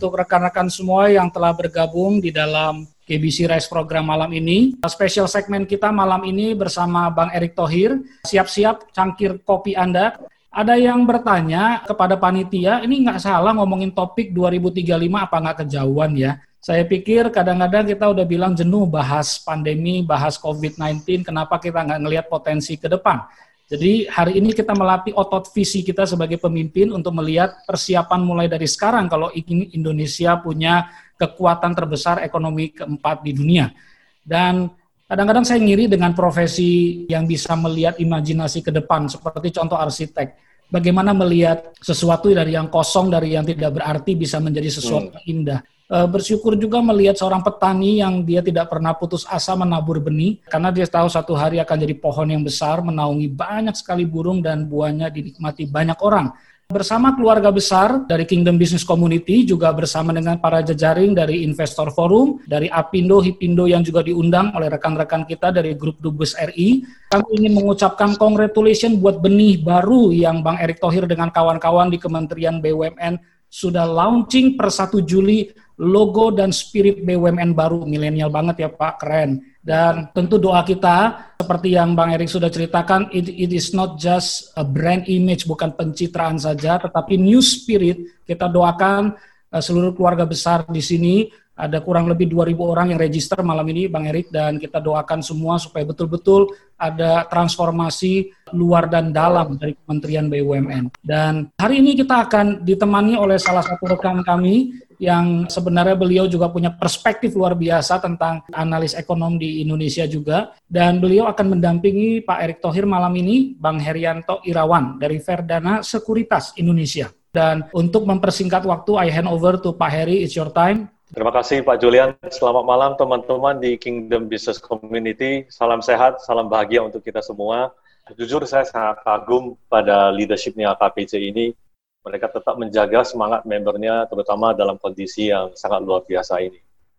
untuk rekan-rekan semua yang telah bergabung di dalam KBC Rise program malam ini. Spesial segmen kita malam ini bersama Bang Erick Thohir. Siap-siap cangkir kopi Anda. Ada yang bertanya kepada panitia, ini nggak salah ngomongin topik 2035 apa nggak kejauhan ya? Saya pikir kadang-kadang kita udah bilang jenuh bahas pandemi, bahas COVID-19, kenapa kita nggak ngelihat potensi ke depan? Jadi hari ini kita melatih otot visi kita sebagai pemimpin untuk melihat persiapan mulai dari sekarang kalau ingin Indonesia punya kekuatan terbesar ekonomi keempat di dunia. Dan kadang-kadang saya ngiri dengan profesi yang bisa melihat imajinasi ke depan, seperti contoh arsitek. Bagaimana melihat sesuatu dari yang kosong, dari yang tidak berarti bisa menjadi sesuatu yang indah. Bersyukur juga melihat seorang petani yang dia tidak pernah putus asa menabur benih, karena dia tahu satu hari akan jadi pohon yang besar, menaungi banyak sekali burung dan buahnya dinikmati banyak orang. Bersama keluarga besar dari Kingdom Business Community, juga bersama dengan para jejaring dari Investor Forum, dari Apindo, Hipindo yang juga diundang oleh rekan-rekan kita dari Grup Dubes RI. Kami ingin mengucapkan congratulations buat benih baru yang Bang Erick Thohir dengan kawan-kawan di Kementerian BUMN sudah launching per 1 Juli logo dan spirit BUMN baru. Milenial banget ya Pak, keren. Dan tentu doa kita, seperti yang Bang Erick sudah ceritakan, it is not just a brand image, bukan pencitraan saja, tetapi new spirit. Kita doakan seluruh keluarga besar di sini, ada kurang lebih 2.000 orang yang register malam ini Bang Erick, dan kita doakan semua supaya betul-betul ada transformasi luar dan dalam dari Kementerian BUMN. Dan hari ini kita akan ditemani oleh salah satu rekan kami yang sebenarnya beliau juga punya perspektif luar biasa tentang analis ekonomi di Indonesia juga. Dan beliau akan mendampingi Pak Erick Thohir malam ini, Bang Herianto Irawan dari Verdana Sekuritas Indonesia. Dan untuk mempersingkat waktu, I hand over to Pak Heri, it's your time. Terima kasih Pak Julian. Selamat malam teman-teman di Kingdom Business Community. Salam sehat, salam bahagia untuk kita semua. Jujur saya sangat kagum pada leadership-nya KPC ini. Mereka tetap menjaga semangat membernya, terutama dalam kondisi yang sangat luar biasa ini.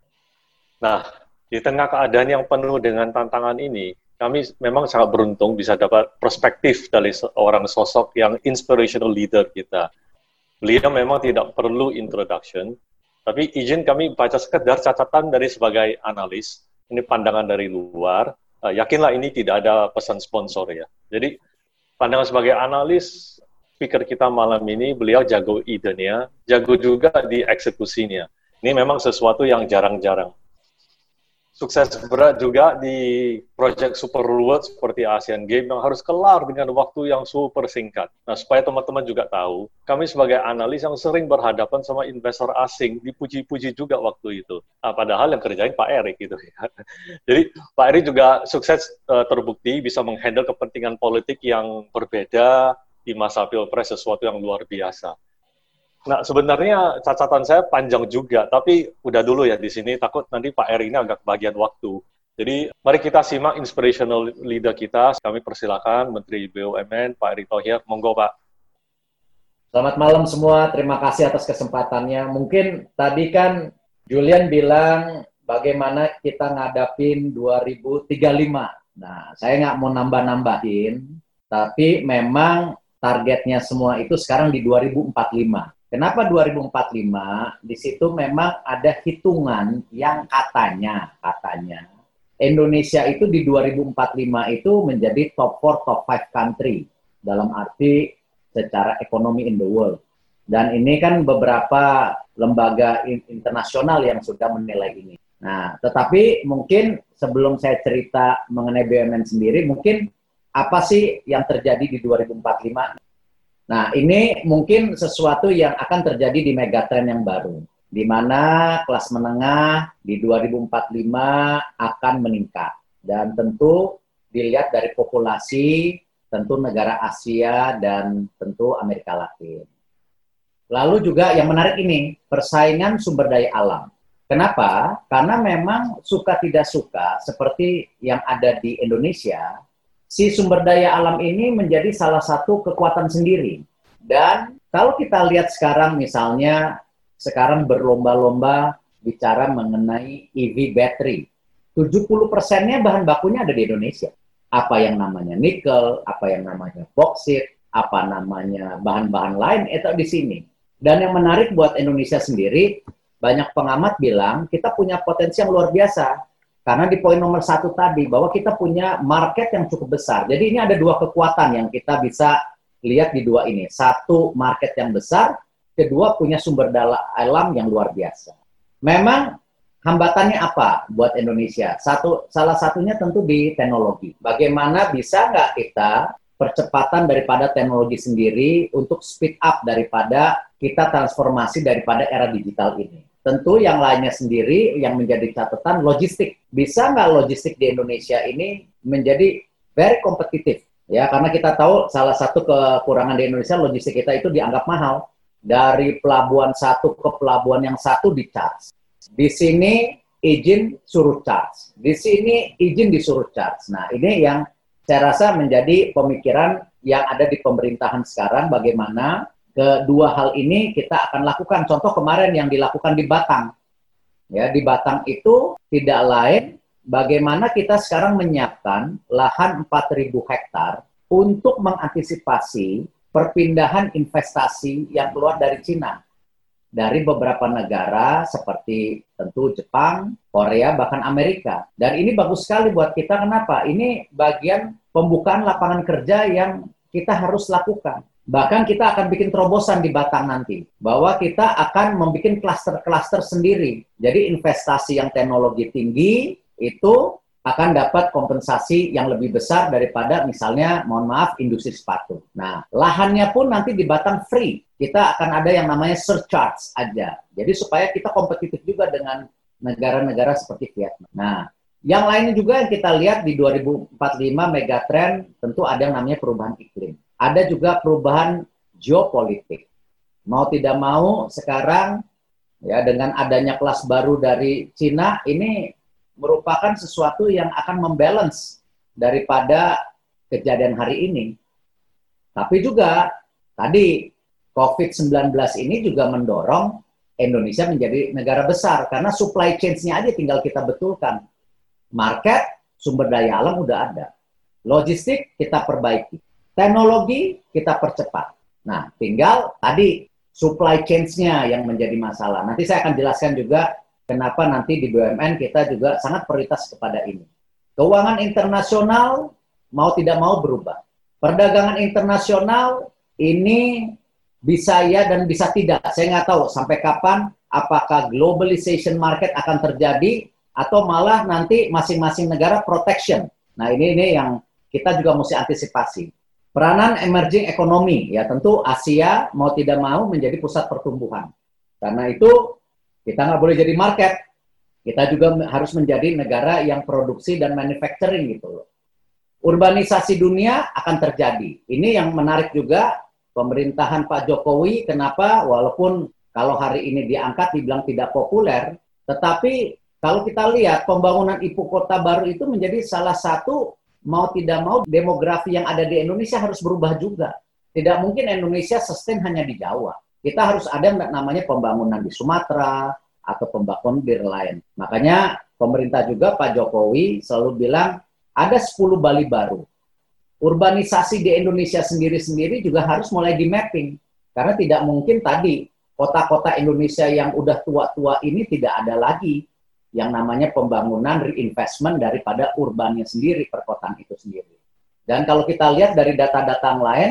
Nah, di tengah keadaan yang penuh dengan tantangan ini, kami memang sangat beruntung bisa dapat perspektif dari seorang sosok yang inspirational leader kita. Beliau memang tidak perlu introduction, tapi izin kami baca sekedar catatan dari sebagai analis. Ini pandangan dari luar. Yakinlah ini tidak ada pesan sponsor ya. Jadi pandangan sebagai analis, speaker kita malam ini, beliau jago idenya, jago juga di eksekusinya. Ini memang sesuatu yang jarang-jarang. Sukses berat juga di project Super Reward seperti Asian Games yang harus kelar dengan waktu yang super singkat. Nah, supaya teman-teman juga tahu, kami sebagai analis yang sering berhadapan sama investor asing, dipuji-puji juga waktu itu. Nah, padahal yang kerjain Pak Erick gitu. Jadi, Pak Erick juga sukses terbukti bisa menghandle kepentingan politik yang berbeda di masa Pilpres, sesuatu yang luar biasa. Nah, sebenarnya catatan saya panjang juga, tapi udah dulu ya di sini, takut nanti Pak Erick ini agak kebagian waktu. Jadi, mari kita simak inspirational leader kita. Kami persilakan Menteri BUMN, Pak Erick Thohir. Monggo, Pak. Selamat malam semua, terima kasih atas kesempatannya. Mungkin tadi kan Julian bilang bagaimana kita ngadapin 2035. Nah, saya nggak mau nambah-nambahin, tapi memang targetnya semua itu sekarang di 2045. Kenapa 2045? Di situ memang ada hitungan yang katanya Indonesia itu di 2045 itu menjadi top 4, top 5 country dalam arti secara ekonomi in the world. Dan ini kan beberapa lembaga internasional yang sudah menilai ini. Nah, tetapi mungkin sebelum saya cerita mengenai BUMN sendiri, mungkin apa sih yang terjadi di 2045? Nah, ini mungkin sesuatu yang akan terjadi di megatrend yang baru, di mana kelas menengah di 2045 akan meningkat. Dan tentu dilihat dari populasi, tentu negara Asia, dan tentu Amerika Latin. Lalu juga yang menarik ini, persaingan sumber daya alam. Kenapa? Karena memang suka tidak suka, seperti yang ada di Indonesia, si sumber daya alam ini menjadi salah satu kekuatan sendiri. Dan kalau kita lihat sekarang misalnya, sekarang berlomba-lomba bicara mengenai EV battery. 70%-nya bahan bakunya ada di Indonesia. Apa yang namanya nikel, apa yang namanya boksit, apa namanya bahan-bahan lain, itu di sini. Dan yang menarik buat Indonesia sendiri, banyak pengamat bilang kita punya potensi yang luar biasa. Karena di poin nomor 1 tadi, bahwa kita punya market yang cukup besar. Jadi ini ada 2 kekuatan yang kita bisa lihat di 2 ini. 1, market yang besar. Kedua, punya sumber daya alam yang luar biasa. Memang hambatannya apa buat Indonesia? Salah satunya tentu di teknologi. Bagaimana bisa nggak kita percepatan daripada teknologi sendiri untuk speed up daripada kita transformasi daripada era digital ini. Tentu yang lainnya sendiri yang menjadi catatan logistik. Bisa nggak logistik di Indonesia ini menjadi very kompetitif? Ya, karena kita tahu salah satu kekurangan di Indonesia logistik kita itu dianggap mahal. Dari pelabuhan satu ke pelabuhan yang satu di-charge. Di sini izin suruh charge. Di sini izin disuruh charge. Nah, ini yang saya rasa menjadi pemikiran yang ada di pemerintahan sekarang, bagaimana kedua hal ini kita akan lakukan. Contoh kemarin yang dilakukan di Batang. Ya, di Batang itu tidak lain bagaimana kita sekarang menyiapkan lahan 4.000 hektar untuk mengantisipasi perpindahan investasi yang keluar dari Cina. Dari beberapa negara seperti tentu Jepang, Korea, bahkan Amerika. Dan ini bagus sekali buat kita. Kenapa? Ini bagian pembukaan lapangan kerja yang kita harus lakukan. Bahkan kita akan bikin terobosan di Batang nanti, bahwa kita akan membuat klaster-klaster sendiri. Jadi investasi yang teknologi tinggi itu akan dapat kompensasi yang lebih besar daripada misalnya, mohon maaf, industri sepatu. Nah, lahannya pun nanti di Batang free. Kita akan ada yang namanya surcharge aja. Jadi supaya kita kompetitif juga dengan negara-negara seperti Vietnam. Nah, yang lainnya juga yang kita lihat di 2045 megatrend, tentu ada yang namanya perubahan iklim. Ada juga perubahan geopolitik. Mau tidak mau sekarang ya dengan adanya kelas baru dari Cina ini merupakan sesuatu yang akan membalance daripada kejadian hari ini. Tapi juga tadi COVID-19 ini juga mendorong Indonesia menjadi negara besar karena supply chain-nya aja tinggal kita betulkan. Market, sumber daya alam udah ada. Logistik kita perbaiki. Teknologi kita percepat. Nah, tinggal tadi supply chain-nya yang menjadi masalah. Nanti saya akan jelaskan juga kenapa nanti di BUMN kita juga sangat prioritas kepada ini. Keuangan internasional mau tidak mau berubah. Perdagangan internasional ini bisa ya dan bisa tidak. Saya nggak tahu sampai kapan apakah globalization market akan terjadi atau malah nanti masing-masing negara protection. Nah, ini yang kita juga mesti antisipasi. Peranan emerging economy, ya tentu Asia mau tidak mau menjadi pusat pertumbuhan. Karena itu kita nggak boleh jadi market. Kita juga harus menjadi negara yang produksi dan manufacturing gitu loh. Urbanisasi dunia akan terjadi. Ini yang menarik juga pemerintahan Pak Jokowi. Kenapa? Walaupun kalau hari ini diangkat dibilang tidak populer, tetapi kalau kita lihat pembangunan ibu kota baru itu menjadi salah satu mau tidak mau demografi yang ada di Indonesia harus berubah juga. Tidak mungkin Indonesia sustain hanya di Jawa. Kita harus ada namanya pembangunan di Sumatera atau pembangunan di lain. Makanya pemerintah juga Pak Jokowi selalu bilang ada 10 Bali baru. Urbanisasi di Indonesia sendiri-sendiri juga harus mulai di mapping. Karena tidak mungkin tadi kota-kota Indonesia yang udah tua-tua ini tidak ada lagi yang namanya pembangunan reinvestment daripada urbannya sendiri, perkotaan itu sendiri. Dan kalau kita lihat dari data-data yang lain,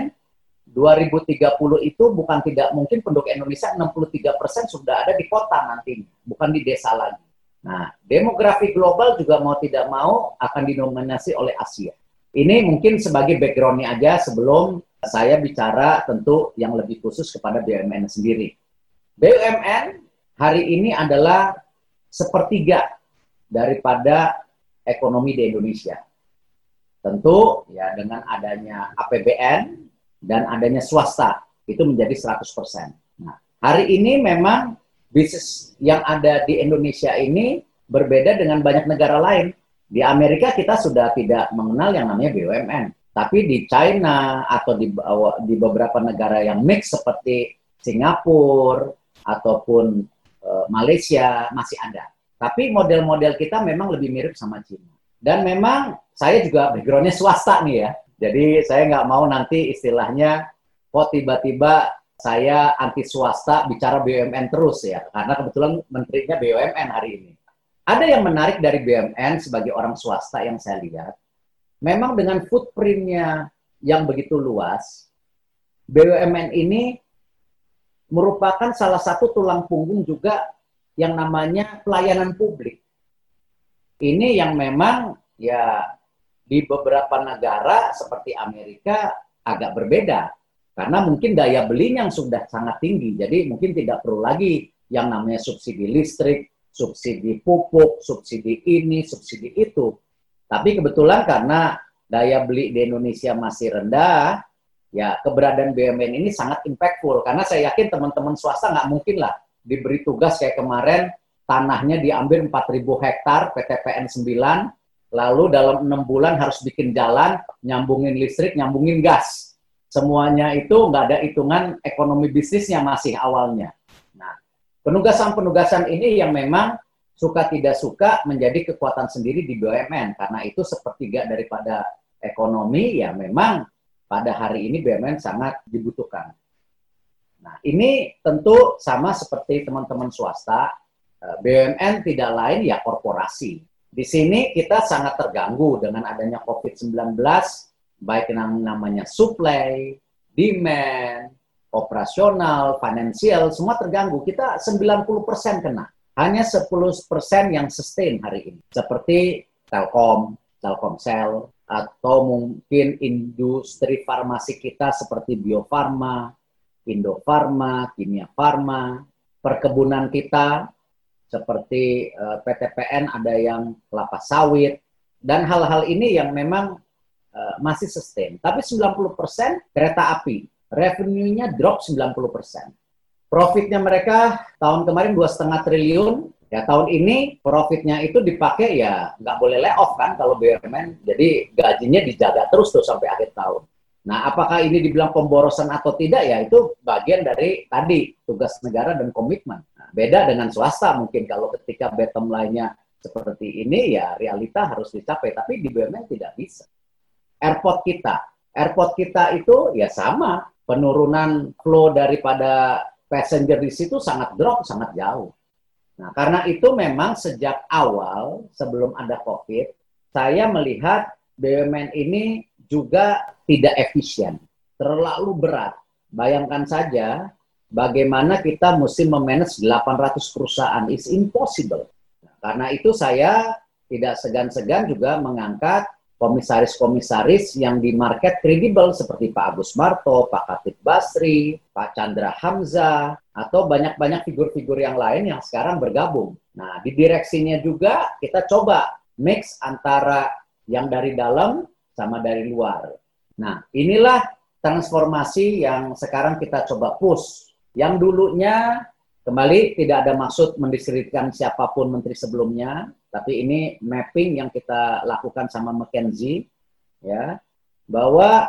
2030 itu bukan tidak mungkin penduduk Indonesia 63% sudah ada di kota nantinya, bukan di desa lagi. Nah, demografi global juga mau tidak mau akan didominasi oleh Asia. Ini mungkin sebagai background-nya aja sebelum saya bicara tentu yang lebih khusus kepada BUMN sendiri. BUMN hari ini adalah sepertiga daripada ekonomi di Indonesia. Tentu ya dengan adanya APBN dan adanya swasta itu menjadi 100%. Nah, hari ini memang bisnis yang ada di Indonesia ini berbeda dengan banyak negara lain. Di Amerika kita sudah tidak mengenal yang namanya BUMN. Tapi di China atau di beberapa negara yang mix seperti Singapura ataupun Malaysia masih ada. Tapi model-model kita memang lebih mirip sama Cina. Dan memang saya juga background-nya swasta nih ya. Jadi saya nggak mau nanti istilahnya kok tiba-tiba saya anti swasta bicara BUMN terus ya, karena kebetulan menterinya BUMN hari ini. Ada yang menarik dari BUMN sebagai orang swasta yang saya lihat, memang dengan footprint-nya yang begitu luas, BUMN ini merupakan salah satu tulang punggung juga yang namanya pelayanan publik. Ini yang memang ya di beberapa negara seperti Amerika agak berbeda. Karena mungkin daya belinya yang sudah sangat tinggi. Jadi mungkin tidak perlu lagi yang namanya subsidi listrik, subsidi pupuk, subsidi ini, subsidi itu. Tapi kebetulan karena daya beli di Indonesia masih rendah, ya keberadaan BUMN ini sangat impactful. Karena saya yakin teman-teman swasta nggak mungkin lah diberi tugas kayak kemarin, tanahnya diambil 4.000 hektar, PTPN 9, lalu dalam 6 bulan harus bikin jalan, nyambungin listrik, nyambungin gas. Semuanya itu nggak ada hitungan ekonomi bisnisnya masih awalnya. Nah, penugasan-penugasan ini yang memang suka tidak suka menjadi kekuatan sendiri di BUMN. Karena itu sepertiga daripada ekonomi, ya memang pada hari ini BUMN sangat dibutuhkan. Nah, ini tentu sama seperti teman-teman swasta, BUMN tidak lain ya korporasi. Di sini kita sangat terganggu dengan adanya COVID-19, baik yang namanya supply, demand, operasional, finansial, semua terganggu. Kita 90% kena. Hanya 10% yang sustain hari ini. Seperti Telkom, Telkomsel, atau mungkin industri farmasi kita seperti Bio Farma, Indofarma, Kimia Farma, perkebunan kita seperti PTPN ada yang kelapa sawit, dan hal-hal ini yang memang masih sustain. Tapi 90% kereta api, revenue-nya drop 90%. Profitnya mereka tahun kemarin 2,5 triliun, ya tahun ini profitnya itu dipakai ya nggak boleh layoff kan kalau BUMN, jadi gajinya dijaga terus tuh sampai akhir tahun. Nah, apakah ini dibilang pemborosan atau tidak, ya itu bagian dari tadi tugas negara dan komitmen. Nah, beda dengan swasta mungkin kalau ketika bottom line-nya seperti ini ya realita harus dicapai, tapi di BUMN tidak bisa. Airport kita itu ya sama, penurunan flow daripada passenger di situ sangat drop, sangat jauh. Nah, karena itu memang sejak awal sebelum ada COVID, saya melihat BUMN ini juga tidak efisien, terlalu berat. Bayangkan saja bagaimana kita mesti memanage 800 perusahaan, it's impossible. Nah, karena itu saya tidak segan-segan juga mengangkat komisaris-komisaris yang di market kredibel seperti Pak Agus Marto, Pak Khatib Basri, Pak Chandra Hamzah, atau banyak-banyak figur-figur yang lain yang sekarang bergabung. Nah, di direksinya juga kita coba mix antara yang dari dalam sama dari luar. Nah, inilah transformasi yang sekarang kita coba push. Yang dulunya, kembali tidak ada maksud mendiskreditkan siapapun menteri sebelumnya, tapi ini mapping yang kita lakukan sama McKinsey, ya, bahwa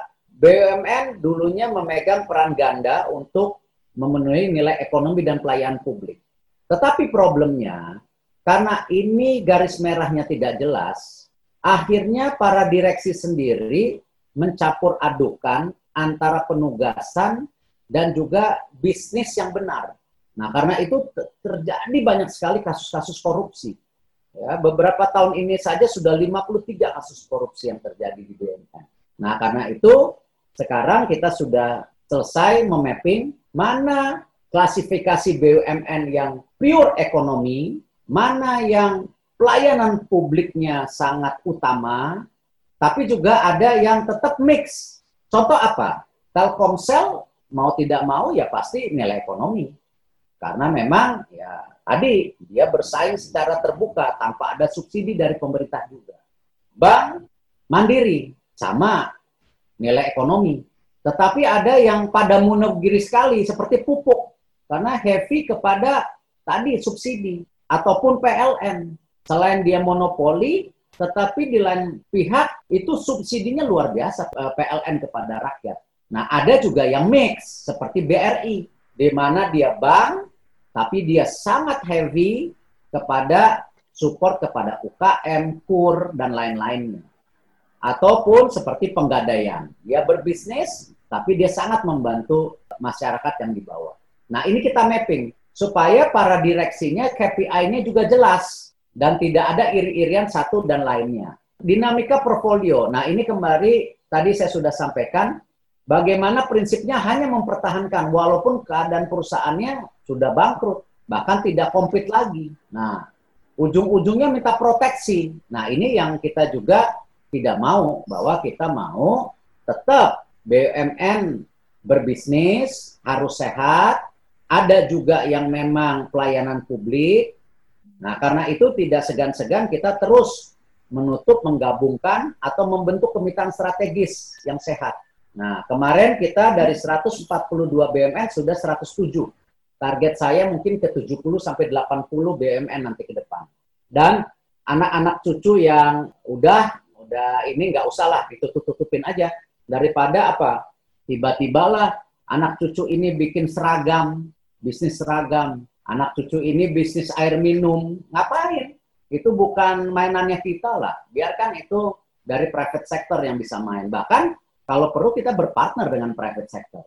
BUMN dulunya memegang peran ganda untuk memenuhi nilai ekonomi dan pelayanan publik. Tetapi problemnya, karena ini garis merahnya tidak jelas, akhirnya para direksi sendiri mencampur adukan antara penugasan dan juga bisnis yang benar. Nah, karena itu terjadi banyak sekali kasus-kasus korupsi. Ya, beberapa tahun ini saja sudah 53 kasus korupsi yang terjadi di BUMN. Nah, karena itu sekarang kita sudah selesai memapping mana klasifikasi BUMN yang pure ekonomi, mana yang pelayanan publiknya sangat utama, tapi juga ada yang tetap mix. Contoh apa? Telkomsel mau tidak mau ya pasti nilai ekonomi. Karena memang ya tadi dia bersaing secara terbuka tanpa ada subsidi dari pemerintah juga. Bank Mandiri sama nilai ekonomi. Tetapi ada yang pada monogiri sekali seperti pupuk karena heavy kepada tadi subsidi ataupun PLN. Selain dia monopoli, tetapi di lain pihak itu subsidinya luar biasa PLN kepada rakyat. Nah, ada juga yang mix seperti BRI di mana dia bank tapi dia sangat heavy kepada support kepada UKM, KUR, dan lain-lainnya. Ataupun seperti penggadaian. Dia berbisnis, tapi dia sangat membantu masyarakat yang di bawah. Nah, ini kita mapping supaya para direksinya KPI-nya juga jelas dan tidak ada iri-irian satu dan lainnya. Dinamika portfolio. Nah, ini kembali tadi saya sudah sampaikan bagaimana prinsipnya hanya mempertahankan walaupun keadaan perusahaannya sudah bangkrut, bahkan tidak komplit lagi. Nah, ujung-ujungnya minta proteksi. Nah, ini yang kita juga tidak mau, bahwa kita mau tetap BUMN berbisnis, harus sehat, ada juga yang memang pelayanan publik. Nah, karena itu tidak segan-segan kita terus menutup, menggabungkan, atau membentuk kemitraan strategis yang sehat. Nah, kemarin kita dari 142 BUMN sudah 107. Target saya mungkin ke 70 sampai 80 BUMN nanti ke depan. Dan anak-anak cucu yang udah ini nggak usah lah, ditutup-tutupin aja. Daripada apa? Tiba-tibalah anak cucu ini bikin seragam, bisnis seragam. Anak cucu ini bisnis air minum. Ngapain? Itu bukan mainannya kita lah. Biarkan itu dari private sector yang bisa main. Bahkan kalau perlu kita berpartner dengan private sector.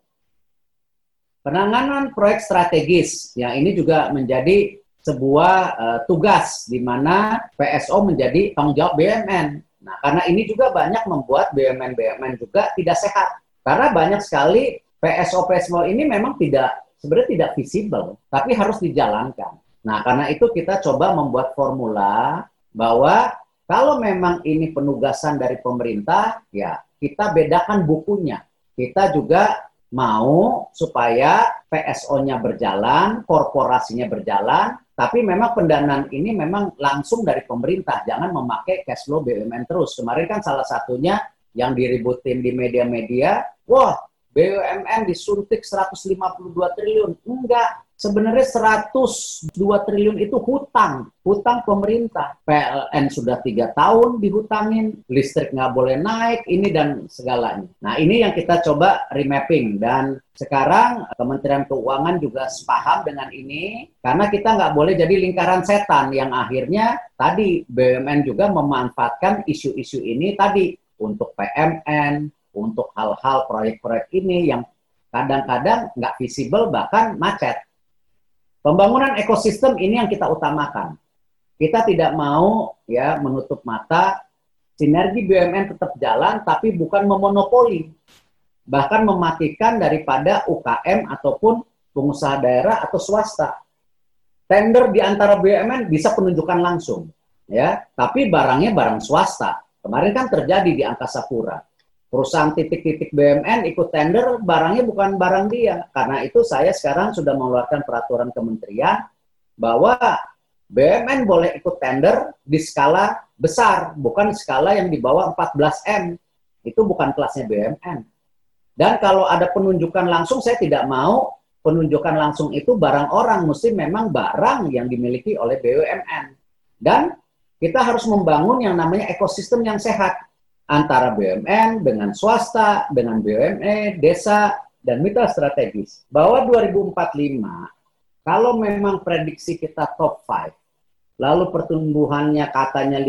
Penanganan proyek strategis, ya ini juga menjadi sebuah tugas di mana PSO menjadi tanggung jawab BUMN. Nah, karena ini juga banyak membuat BUMN juga tidak sehat. Karena banyak sekali PSO ini memang sebenarnya tidak visible, tapi harus dijalankan. Nah, karena itu kita coba membuat formula bahwa kalau memang ini penugasan dari pemerintah, ya kita bedakan bukunya. Kita juga mau supaya PSO-nya berjalan, korporasinya berjalan, tapi memang pendanaan ini memang langsung dari pemerintah, jangan memakai cash flow BUMN terus. Kemarin kan salah satunya yang diributin di media-media, wah BUMN disuntik 152 triliun. Enggak, sebenarnya 102 triliun itu hutang pemerintah. PLN sudah 3 tahun dihutangin, listrik nggak boleh naik, ini dan segalanya. Nah, ini yang kita coba remapping. Dan sekarang Kementerian Keuangan juga sepaham dengan ini, karena kita nggak boleh jadi lingkaran setan yang akhirnya tadi BUMN juga memanfaatkan isu-isu ini tadi untuk PMN, untuk hal-hal proyek-proyek ini yang kadang-kadang nggak visible, bahkan macet. Pembangunan ekosistem ini yang kita utamakan. Kita tidak mau ya menutup mata, sinergi BUMN tetap jalan, tapi bukan memonopoli. Bahkan mematikan daripada UKM ataupun pengusaha daerah atau swasta. Tender di antara BUMN bisa penunjukan langsung, ya, tapi barangnya barang swasta. Kemarin kan terjadi di Angkasa Pura. Perusahaan titik-titik BUMN ikut tender, barangnya bukan barang dia. Karena itu saya sekarang sudah mengeluarkan peraturan kementerian bahwa BUMN boleh ikut tender di skala besar, bukan skala yang di bawah 14M. Itu bukan kelasnya BUMN. Dan kalau ada penunjukan langsung, saya tidak mau penunjukan langsung itu barang orang, mesti memang barang yang dimiliki oleh BUMN. Dan kita harus membangun yang namanya ekosistem yang sehat antara BUMN dengan swasta, dengan BUMN, desa, dan mitra strategis. Bahwa 2045, kalau memang prediksi kita top 5, lalu pertumbuhannya katanya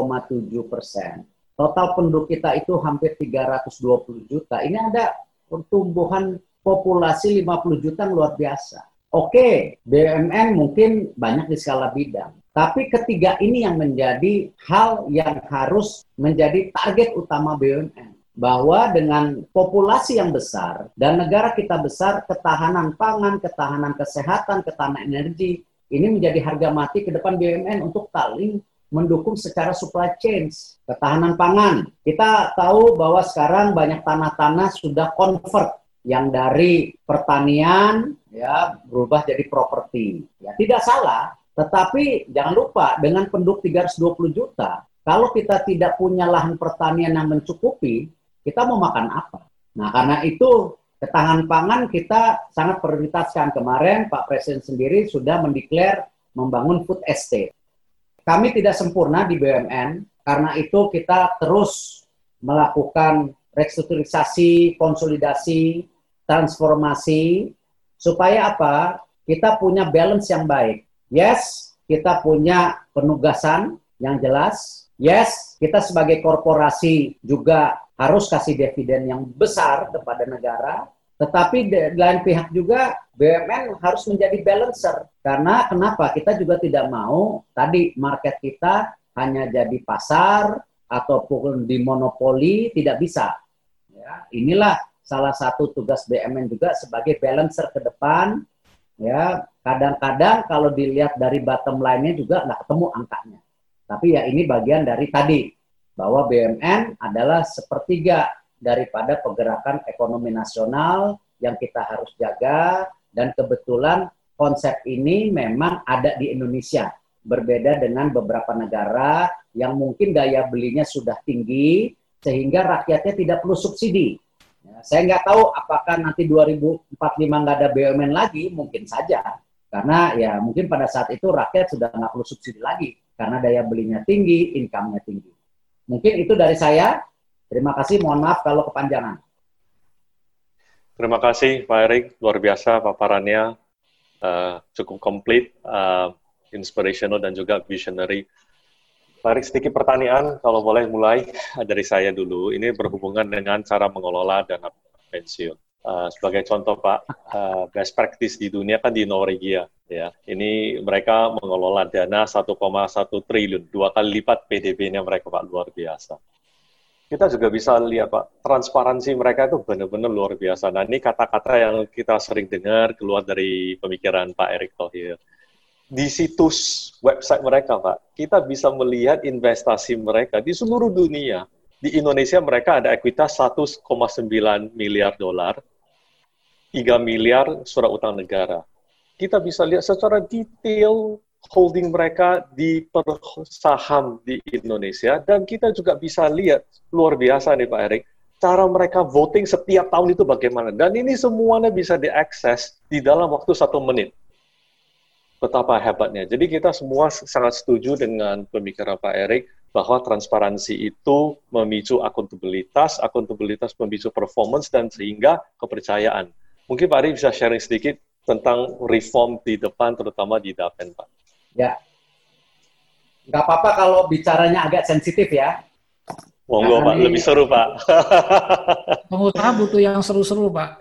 5,7%, total penduduk kita itu hampir 320 juta, ini ada pertumbuhan populasi 50 juta yang luar biasa. Oke, BUMN mungkin banyak di skala bidang. Tapi ketiga ini yang menjadi hal yang harus menjadi target utama BUMN. Bahwa dengan populasi yang besar dan negara kita besar, ketahanan pangan, ketahanan kesehatan, ketahanan energi, ini menjadi harga mati ke depan BUMN untuk saling mendukung secara supply chain. Ketahanan pangan. Kita tahu bahwa sekarang banyak tanah-tanah sudah convert yang dari pertanian ya berubah jadi properti. Ya, tidak salah. Tetapi jangan lupa, dengan penduduk 320 juta, kalau kita tidak punya lahan pertanian yang mencukupi, kita mau makan apa? Nah, karena itu ketahanan pangan kita sangat prioritaskan. Kemarin Pak Presiden sendiri sudah mendeklar membangun food estate. Kami tidak sempurna di BUMN, karena itu kita terus melakukan restrukturisasi, konsolidasi, transformasi, supaya apa? Kita punya balance yang baik. Yes, kita punya penugasan yang jelas. Yes, kita sebagai korporasi juga harus kasih dividen yang besar kepada negara. Tetapi di lain pihak juga BUMN harus menjadi balancer. Karena kenapa? Kita juga tidak mau tadi market kita hanya jadi pasar ataupun dimonopoli, tidak bisa. Ya, inilah salah satu tugas BUMN juga sebagai balancer ke depan. Ya, kadang-kadang kalau dilihat dari bottom line-nya juga nggak ketemu angkanya. Tapi ya ini bagian dari tadi, bahwa BUMN adalah sepertiga daripada pergerakan ekonomi nasional yang kita harus jaga, dan kebetulan konsep ini memang ada di Indonesia, berbeda dengan beberapa negara yang mungkin daya belinya sudah tinggi, sehingga rakyatnya tidak perlu subsidi. Ya, saya nggak tahu apakah nanti 2045 nggak ada BUMN lagi, mungkin saja. Karena ya mungkin pada saat itu rakyat sudah nggak perlu subsidi lagi, karena daya belinya tinggi, income-nya tinggi. Mungkin itu dari saya. Terima kasih, mohon maaf kalau kepanjangan. Terima kasih Pak Erik, luar biasa paparannya, cukup komplit, inspirational dan juga visionary. Pak Erik, sedikit pertanyaan, kalau boleh mulai dari saya dulu. Ini berhubungan dengan cara mengelola dana pensiun. Sebagai contoh Pak, best practice di dunia kan di Norwegia. Ya. Ini mereka mengelola dana 1,1 triliun, 2 kali lipat PDB-nya mereka Pak, luar biasa. Kita juga bisa lihat Pak, transparansi mereka itu benar-benar luar biasa. Nah ini kata-kata yang kita sering dengar keluar dari pemikiran Pak Erik Thohir. Di situs website mereka Pak, kita bisa melihat investasi mereka di seluruh dunia. Di Indonesia mereka ada ekuitas 1,9 miliar dolar, 3 miliar surat utang negara. Kita bisa lihat secara detail holding mereka di saham di Indonesia, dan kita juga bisa lihat, luar biasa nih Pak Erik, cara mereka voting setiap tahun itu bagaimana. Dan ini semuanya bisa diakses di dalam waktu 1 menit. Betapa hebatnya. Jadi kita semua sangat setuju dengan pemikiran Pak Erik, bahwa transparansi itu memicu akuntabilitas memicu performance, dan sehingga kepercayaan. Mungkin Pak Erik bisa sharing sedikit tentang reform di depan, terutama di Dapen, Pak. Ya, nggak apa-apa kalau bicaranya agak sensitif ya. Monggo Pak, lebih seru Pak. Pengusaha butuh yang seru-seru Pak.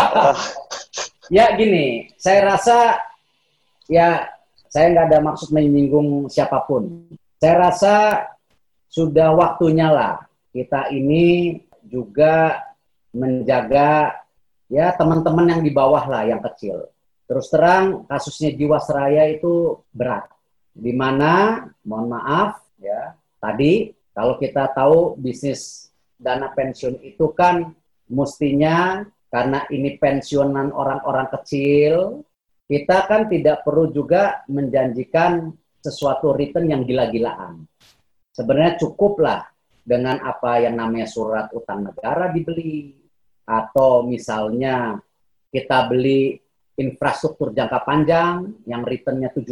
Ya gini, saya rasa ya saya nggak ada maksud menyinggung siapapun. Saya rasa sudah waktunya lah kita ini juga menjaga ya teman-teman yang di bawah lah, yang kecil. Terus terang kasusnya Jiwasraya itu berat. Di mana, mohon maaf ya, tadi kalau kita tahu bisnis dana pensiun itu kan mestinya karena ini pensiunan orang-orang kecil, kita kan tidak perlu juga menjanjikan sesuatu return yang gila-gilaan. Sebenarnya cukuplah dengan apa yang namanya surat utang negara dibeli, atau misalnya kita beli infrastruktur jangka panjang yang returnnya 7%,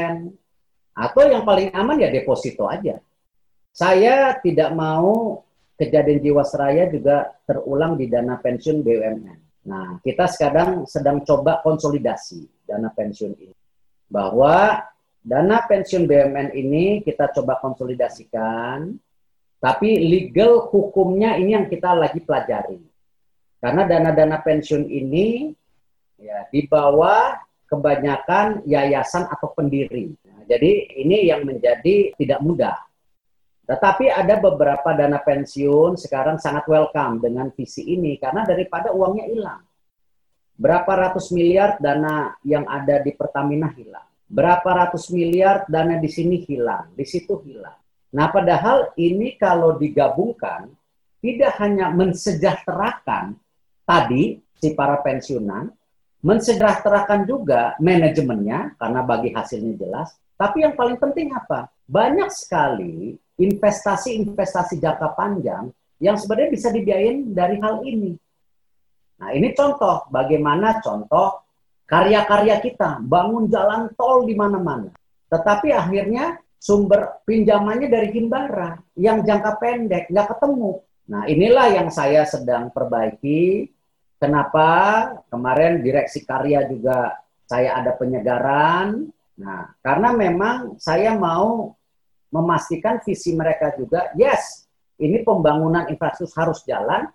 atau yang paling aman ya deposito aja. Saya tidak mau kejadian Jiwasraya juga terulang di dana pensiun BUMN. Nah, kita sekarang sedang coba konsolidasi dana pensiun ini. Bahwa dana pensiun BUMN ini kita coba konsolidasikan, tapi legal hukumnya ini yang kita lagi pelajari. Karena dana-dana pensiun ini ya, di bawah kebanyakan yayasan atau pendiri. Nah, jadi ini yang menjadi tidak mudah. Tetapi ada beberapa dana pensiun sekarang sangat welcome dengan visi ini karena daripada uangnya hilang. Berapa ratus miliar dana yang ada di Pertamina hilang. Berapa ratus miliar dana di sini hilang, di situ hilang. Nah, padahal ini kalau digabungkan tidak hanya mensejahterakan tadi si para pensiunan, mensejahterakan juga manajemennya, karena bagi hasilnya jelas. Tapi yang paling penting apa? Banyak sekali investasi-investasi jangka panjang yang sebenarnya bisa dibiayain dari hal ini. Nah, ini contoh, bagaimana contoh karya-karya kita, bangun jalan tol di mana-mana. Tetapi akhirnya sumber pinjamannya dari Himbara, yang jangka pendek, nggak ketemu. Nah, inilah yang saya sedang perbaiki. Kenapa kemarin Direksi Karya juga saya ada penyegaran. Nah, karena memang saya mau memastikan visi mereka juga, yes, ini pembangunan infrastruktur harus jalan,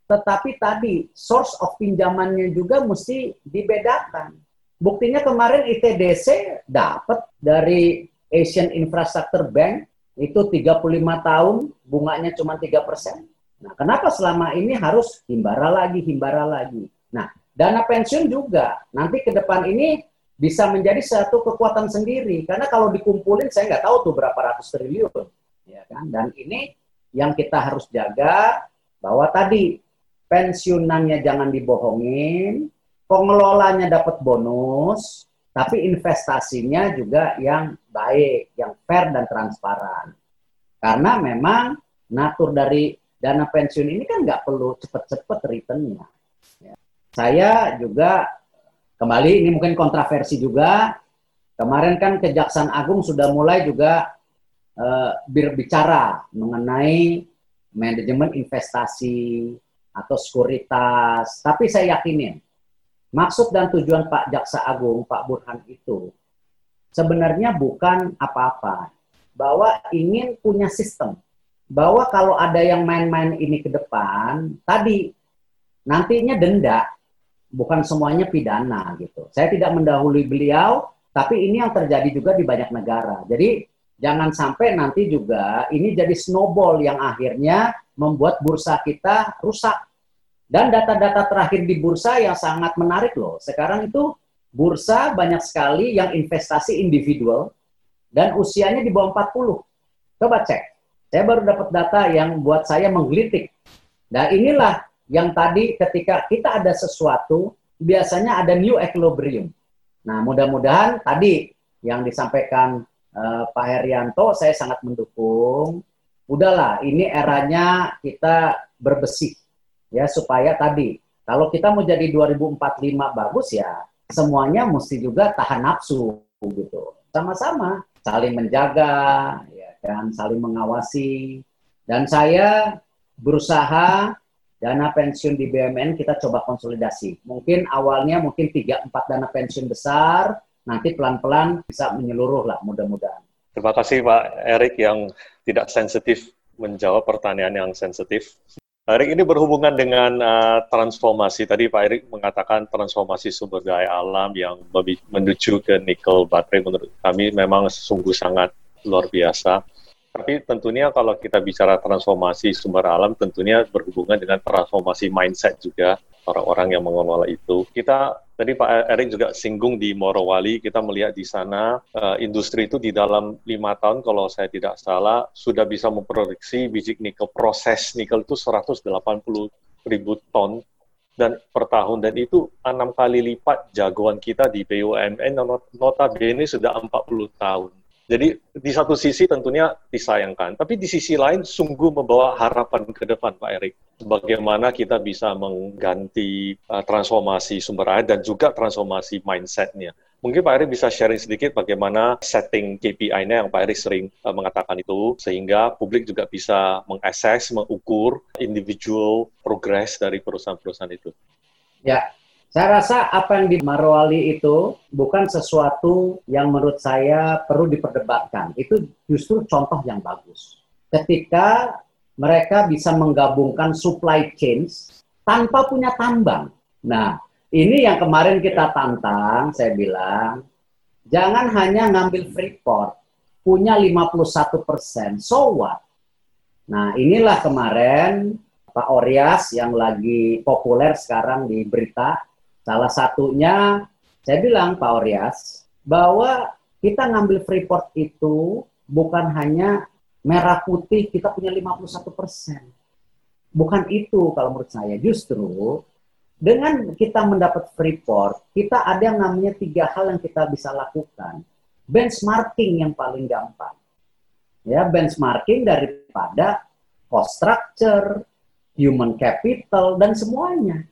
tetapi tadi source of pinjamannya juga mesti dibedakan. Buktinya kemarin ITDC dapat dari Asian Infrastructure Bank itu 35 tahun, bunganya cuma 3%. Nah, kenapa selama ini harus himbara lagi? Nah, dana pensiun juga nanti ke depan ini bisa menjadi satu kekuatan sendiri, karena kalau dikumpulin saya nggak tahu tuh berapa ratus triliun, ya kan? Dan ini yang kita harus jaga, bahwa tadi pensiunannya jangan dibohongin, pengelolanya dapat bonus, tapi investasinya juga yang baik, yang fair dan transparan. Karena memang natur dari dana pensiun ini kan nggak perlu cepet-cepet returnnya. Ya. Saya juga, kembali ini mungkin kontroversi juga, kemarin kan Kejaksaan Agung sudah mulai juga berbicara mengenai manajemen investasi atau sekuritas. Tapi saya yakinin, maksud dan tujuan Pak Jaksa Agung, Pak Burhan itu sebenarnya bukan apa-apa. Bahwa ingin punya sistem. Bahwa kalau ada yang main-main ini ke depan, tadi nantinya denda, bukan semuanya pidana gitu. Saya tidak mendahului beliau, tapi ini yang terjadi juga di banyak negara. Jadi jangan sampai nanti juga ini jadi snowball yang akhirnya membuat bursa kita rusak. Dan data-data terakhir di bursa yang sangat menarik loh. Sekarang itu bursa banyak sekali yang investasi individual dan usianya di bawah 40. Coba cek. Saya baru dapat data yang buat saya menggelitik. Nah inilah yang tadi ketika kita ada sesuatu, biasanya ada new equilibrium. Nah mudah-mudahan tadi yang disampaikan Pak Herianto, saya sangat mendukung. Udahlah, ini eranya kita berbesih. Ya, supaya tadi, kalau kita mau jadi 2045 bagus ya, semuanya mesti juga tahan nafsu gitu. Sama-sama saling menjaga, ya kan, saling mengawasi. Dan saya berusaha dana pensiun di BUMN kita coba konsolidasi. Mungkin awalnya mungkin 3-4 dana pensiun besar, nanti pelan-pelan bisa menyeluruh lah mudah-mudahan. Terima kasih Pak Erik yang tidak sensitif menjawab pertanyaan yang sensitif. Erik, ini berhubungan dengan transformasi. Tadi Pak Erik mengatakan transformasi sumber daya alam yang menuju ke nikel baterai menurut kami memang sungguh sangat luar biasa. Tapi tentunya kalau kita bicara transformasi sumber alam, tentunya berhubungan dengan transformasi mindset juga orang-orang yang mengelola itu. Tadi Pak Erik juga singgung di Morowali, kita melihat di sana industri itu di dalam 5 tahun, kalau saya tidak salah, sudah bisa memproduksi biji nikel, proses nikel itu 180.000 ton dan per tahun, dan itu 6 kali lipat jagoan kita di BUMN, notabene sudah 40 tahun. Jadi di satu sisi tentunya disayangkan, tapi di sisi lain sungguh membawa harapan ke depan Pak Erik. Bagaimana kita bisa mengganti transformasi sumber air dan juga transformasi mindset-nya. Mungkin Pak Erik bisa sharing sedikit bagaimana setting KPI-nya yang Pak Erik sering mengatakan itu, sehingga publik juga bisa mengakses, mengukur individual progress dari perusahaan-perusahaan itu. Ya. Saya rasa apa yang di Morowali itu bukan sesuatu yang menurut saya perlu diperdebatkan. Itu justru contoh yang bagus. Ketika mereka bisa menggabungkan supply chains tanpa punya tambang. Nah, ini yang kemarin kita tantang, saya bilang, jangan hanya ngambil Freeport, punya 51%, so what? Nah, inilah kemarin Pak Oryas yang lagi populer sekarang di berita. Salah satunya, saya bilang Pak Oryas, bahwa kita ngambil Freeport itu bukan hanya merah putih, kita punya 51%. Bukan itu kalau menurut saya. Justru, dengan kita mendapat Freeport, kita ada yang namanya 3 hal yang kita bisa lakukan. Benchmarking yang paling gampang. Ya, benchmarking daripada cost structure, human capital, dan semuanya.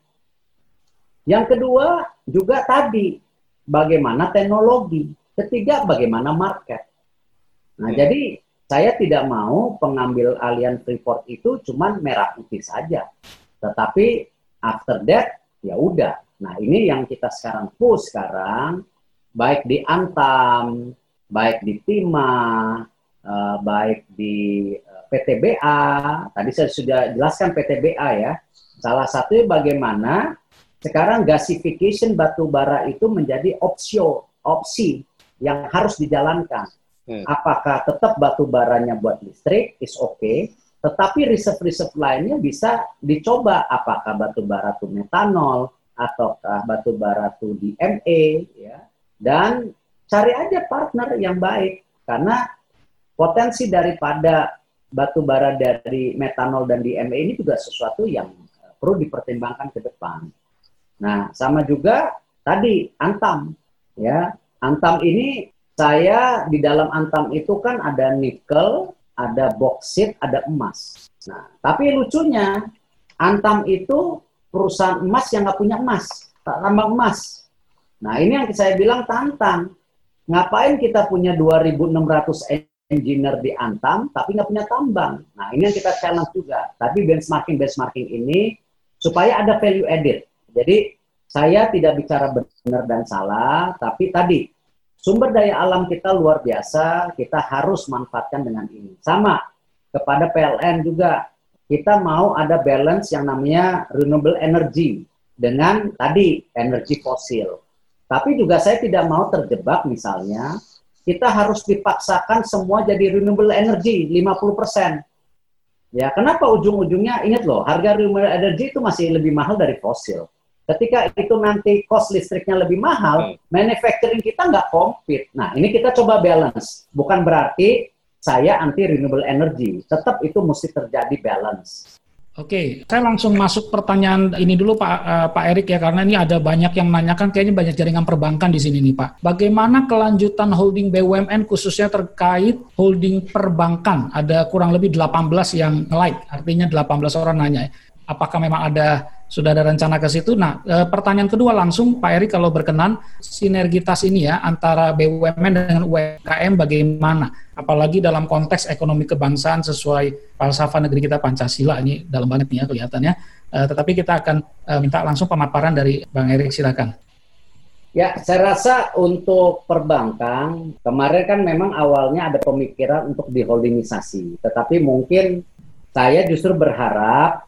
Yang kedua juga tadi, bagaimana teknologi. Ketiga, bagaimana market. Nah, jadi saya tidak mau pengambil alian Freeport itu cuma merah putih saja. Tetapi after that, ya udah. Nah, ini yang kita sekarang push sekarang, baik di Antam, baik di Timah, baik di PTBA. Tadi saya sudah jelaskan PTBA ya. Salah satunya bagaimana sekarang gasification batu bara itu menjadi opsi yang harus dijalankan. Apakah tetap batu baranya buat listrik, is okay, tetapi reserve lainnya bisa dicoba. Apakah batu bara itu metanol, ataukah batu bara itu DME, ya. Dan cari aja partner yang baik, karena potensi daripada batu bara dari metanol dan DME ini juga sesuatu yang perlu dipertimbangkan ke depan. Nah, sama juga tadi Antam, ya. Antam ini saya di dalam Antam itu kan ada nikel, ada boksit, ada emas. Nah, tapi lucunya Antam itu perusahaan emas yang nggak punya emas, tambang emas. Nah, ini yang saya bilang tantang. Ngapain kita punya 2.600 engineer di Antam, tapi nggak punya tambang? Nah, ini yang kita challenge juga. Tapi benchmarking ini supaya ada value added. Jadi saya tidak bicara benar dan salah, tapi tadi sumber daya alam kita luar biasa, kita harus manfaatkan dengan ini. Sama kepada PLN juga, kita mau ada balance yang namanya renewable energy dengan tadi energi fosil. Tapi juga saya tidak mau terjebak misalnya, kita harus dipaksakan semua jadi renewable energy 50%. Ya, kenapa ujung-ujungnya, ingat loh, harga renewable energy itu masih lebih mahal dari fosil. Ketika itu nanti cost listriknya lebih mahal, manufacturing kita nggak compete. Nah, ini kita coba balance. Bukan berarti saya anti renewable energy. Tetap itu mesti terjadi balance. Oke, saya langsung masuk pertanyaan ini dulu Pak Erik ya, karena ini ada banyak yang menanyakan, kayaknya banyak jaringan perbankan di sini nih Pak. Bagaimana kelanjutan holding BUMN khususnya terkait holding perbankan? Ada kurang lebih 18 yang like, artinya 18 orang nanya. Apakah memang sudah ada rencana ke situ? Nah, pertanyaan kedua langsung Pak Erik kalau berkenan, sinergitas ini ya antara BUMN dengan UMKM bagaimana? Apalagi dalam konteks ekonomi kebangsaan sesuai falsafah negeri kita Pancasila, ini dalam banget nih ya kelihatannya. Tetapi kita akan minta langsung pemaparan dari Bang Erik, silakan. Ya, saya rasa untuk perbankan, kemarin kan memang awalnya ada pemikiran untuk diholdingisasi. Tetapi mungkin saya justru berharap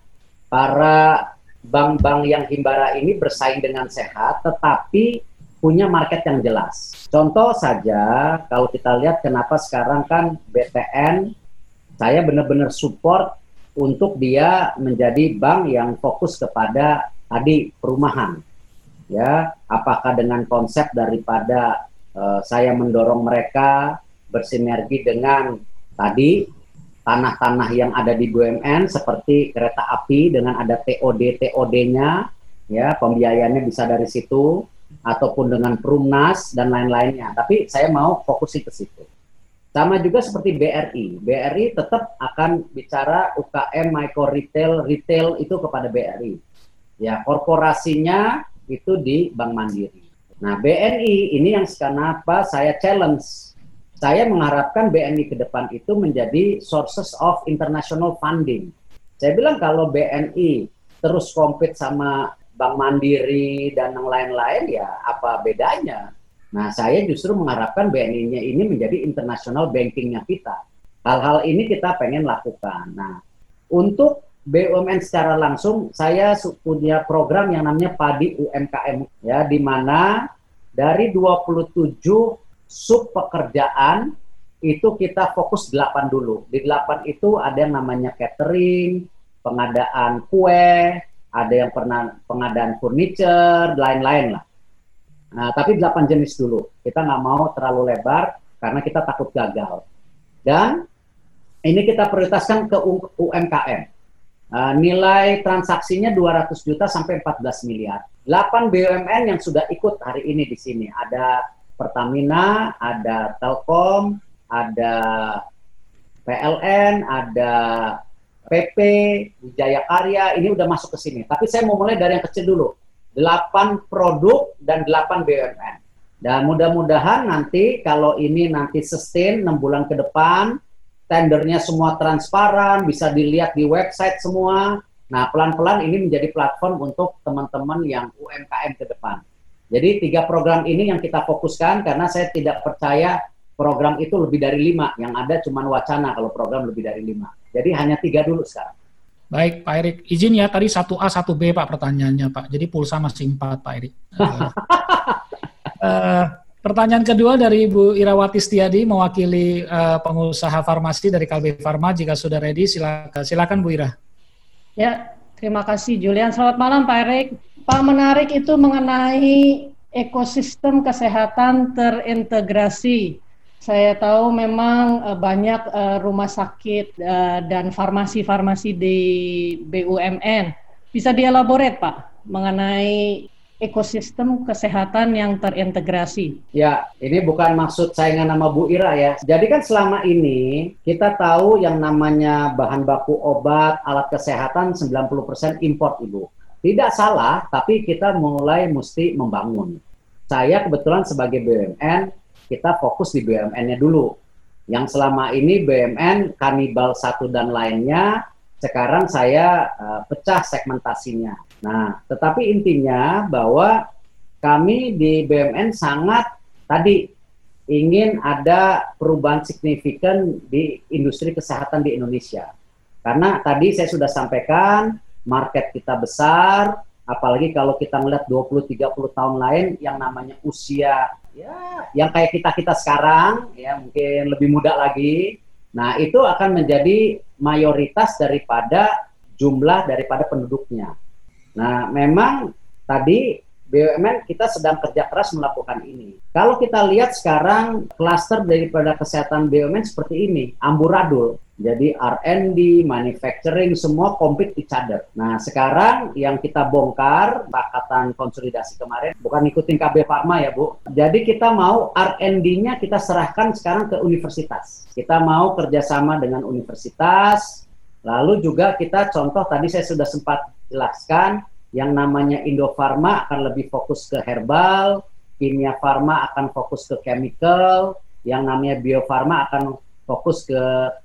para bank-bank yang himbara ini bersaing dengan sehat, tetapi punya market yang jelas. Contoh saja, kalau kita lihat kenapa sekarang kan BTN, saya benar-benar support untuk dia menjadi bank yang fokus kepada tadi perumahan. Ya, apakah dengan konsep daripada saya mendorong mereka bersinergi dengan tadi tanah-tanah yang ada di BUMN seperti kereta api dengan ada TOD-nya, ya pembiayaannya bisa dari situ, ataupun dengan Perumnas dan lain-lainnya. Tapi saya mau fokusin ke situ. Sama juga seperti BRI. BRI tetap akan bicara UKM, micro retail itu kepada BRI. Ya, korporasinya itu di Bank Mandiri. Nah, BNI ini yang kenapa saya challenge. Saya mengharapkan BNI ke depan itu menjadi sources of international funding. Saya bilang kalau BNI terus compete sama Bank Mandiri dan yang lain-lain, ya apa bedanya? Nah, saya justru mengharapkan BNI-nya ini menjadi international banking-nya kita. Hal-hal ini kita pengen lakukan. Nah, untuk BUMN secara langsung, saya punya program yang namanya Padi UMKM, ya, di mana dari 27 sub pekerjaan itu kita fokus 8 dulu. Di 8 itu ada yang namanya catering, pengadaan kue, ada yang pengadaan furniture, lain-lain lah. Nah, tapi 8 jenis dulu. Kita nggak mau terlalu lebar karena kita takut gagal. Dan ini kita prioritaskan ke UMKM. Nilai transaksinya 200 juta sampai 14 miliar. 8 BUMN yang sudah ikut hari ini di sini. Ada Pertamina, ada Telkom, ada PLN, ada PP, Wijaya Karya, ini udah masuk ke sini. Tapi saya mau mulai dari yang kecil dulu. 8 produk dan 8 BUMN. Dan mudah-mudahan nanti kalau ini nanti sustain 6 bulan ke depan, tendernya semua transparan, bisa dilihat di website semua. Nah, pelan-pelan ini menjadi platform untuk teman-teman yang UMKM ke depan. Jadi 3 program ini yang kita fokuskan karena saya tidak percaya program itu lebih dari 5. Yang ada cuma wacana kalau program lebih dari 5. Jadi hanya 3 dulu sekarang. Baik, Pak Erik. Izin ya, tadi 1A, 1B Pak pertanyaannya Pak. Jadi pulsa masih 4 Pak Erik. Pertanyaan kedua dari Ibu Irawati Setiadi, mewakili pengusaha farmasi dari Kalbe Farma. Jika sudah ready, silakan Bu Ira. Ya, terima kasih Julian. Selamat malam Pak Erik. Pak, menarik itu mengenai ekosistem kesehatan terintegrasi. Saya tahu memang banyak rumah sakit dan farmasi-farmasi di BUMN. Bisa dielaborate Pak mengenai ekosistem kesehatan yang terintegrasi? Ya, ini bukan maksud saingan nama Bu Ira ya. Jadi kan selama ini kita tahu yang namanya bahan baku obat, alat kesehatan 90% import Ibu. Tidak salah, tapi kita mulai mesti membangun. Saya kebetulan sebagai BUMN, kita fokus di BUMN-nya dulu. Yang selama ini BUMN, kanibal satu dan lainnya, sekarang saya pecah segmentasinya. Nah, tetapi intinya bahwa kami di BUMN sangat tadi ingin ada perubahan signifikan di industri kesehatan di Indonesia. Karena tadi saya sudah sampaikan, market kita besar, apalagi kalau kita melihat 20-30 tahun lain yang namanya usia ya yang kayak kita sekarang ya mungkin lebih muda lagi. Nah, itu akan menjadi mayoritas daripada jumlah daripada penduduknya. Nah, memang tadi BUMN kita sedang kerja keras melakukan ini. Kalau kita lihat sekarang klaster daripada kesehatan BUMN seperti ini, amburadul. Jadi R&D, manufacturing, semua compete each other. Nah, sekarang yang kita bongkar, pakatan konsolidasi kemarin, bukan ikutin KB Pharma ya Bu. Jadi kita mau R&D-nya kita serahkan sekarang ke universitas. Kita mau kerjasama dengan universitas, lalu juga kita contoh tadi saya sudah sempat jelaskan, yang namanya Indofarma akan lebih fokus ke herbal, Kimia Farma akan fokus ke chemical, yang namanya Bio Farma akan fokus ke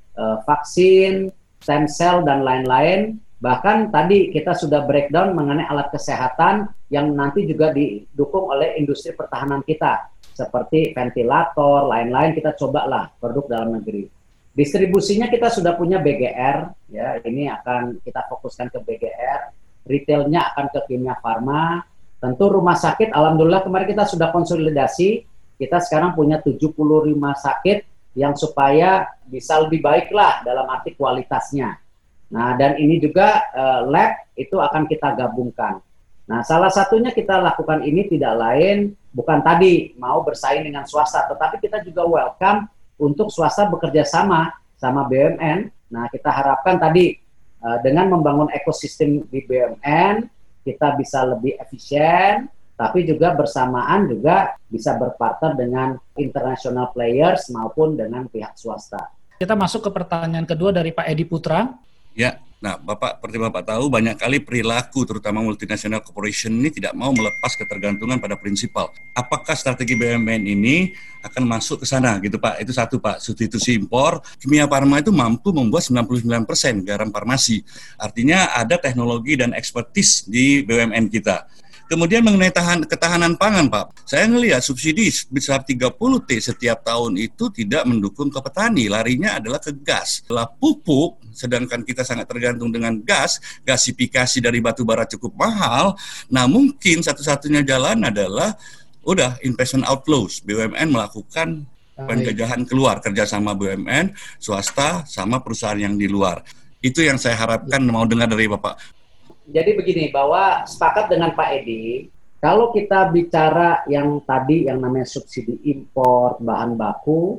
vaksin, stem cell, dan lain-lain. Bahkan tadi kita sudah breakdown mengenai alat kesehatan yang nanti juga didukung oleh industri pertahanan kita, seperti ventilator, lain-lain kita cobalah produk dalam negeri. Distribusinya kita sudah punya BGR, ya ini akan kita fokuskan ke BGR. Retailnya akan ke Kimia Farma. Tentu rumah sakit, alhamdulillah kemarin kita sudah konsolidasi. Kita sekarang punya 70 rumah sakit yang supaya bisa lebih baik lah dalam arti kualitasnya. Nah, dan ini juga lab itu akan kita gabungkan. Nah, salah satunya kita lakukan ini tidak lain, bukan tadi mau bersaing dengan swasta, tetapi kita juga welcome untuk swasta bekerja sama BUMN. Nah, kita harapkan tadi dengan membangun ekosistem di BUMN, kita bisa lebih efisien, tapi juga bersamaan juga bisa berpartner dengan international players maupun dengan pihak swasta. Kita masuk ke pertanyaan kedua dari Pak Edi Putra. Ya, nah Bapak, seperti Bapak tahu, banyak kali perilaku terutama multinational corporation ini tidak mau melepas ketergantungan pada prinsipal. Apakah strategi BUMN ini akan masuk ke sana gitu Pak? Itu satu Pak, substitusi impor. Kimia Farma itu mampu membuat 99% garam farmasi. Artinya ada teknologi dan expertise di BUMN kita. Kemudian mengenai ketahanan pangan, Pak, saya ngelihat subsidi besar 30T setiap tahun itu tidak mendukung ke petani, larinya adalah ke gas. Setelah pupuk, sedangkan kita sangat tergantung dengan gas, gasifikasi dari batu bara cukup mahal, nah mungkin satu-satunya jalan adalah udah investment outflows, BUMN melakukan penjajahan keluar, kerjasama BUMN, swasta, sama perusahaan yang di luar. Itu yang saya harapkan mau dengar dari Bapak. Jadi begini, bahwa sepakat dengan Pak Edi, kalau kita bicara yang tadi yang namanya subsidi impor bahan baku,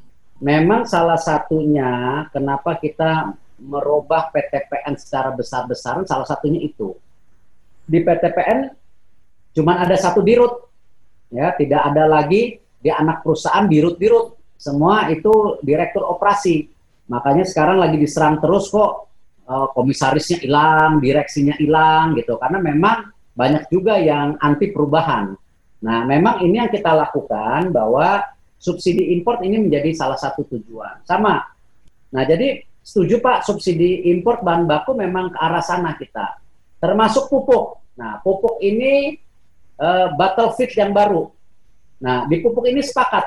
memang salah satunya kenapa kita merubah PTPN secara besar-besaran, salah satunya itu. Di PTPN cuma ada satu dirut, ya tidak ada lagi di anak perusahaan dirut-dirut, semua itu direktur operasi. Makanya sekarang lagi diserang terus kok. Komisarisnya hilang, direksinya hilang gitu, karena memang banyak juga yang anti perubahan. Nah, memang ini yang kita lakukan bahwa subsidi import ini menjadi salah satu tujuan. Sama. Nah, jadi setuju Pak, subsidi import bahan baku memang ke arah sana kita. Termasuk pupuk. Nah, pupuk ini battlefield yang baru. Nah, di pupuk ini sepakat.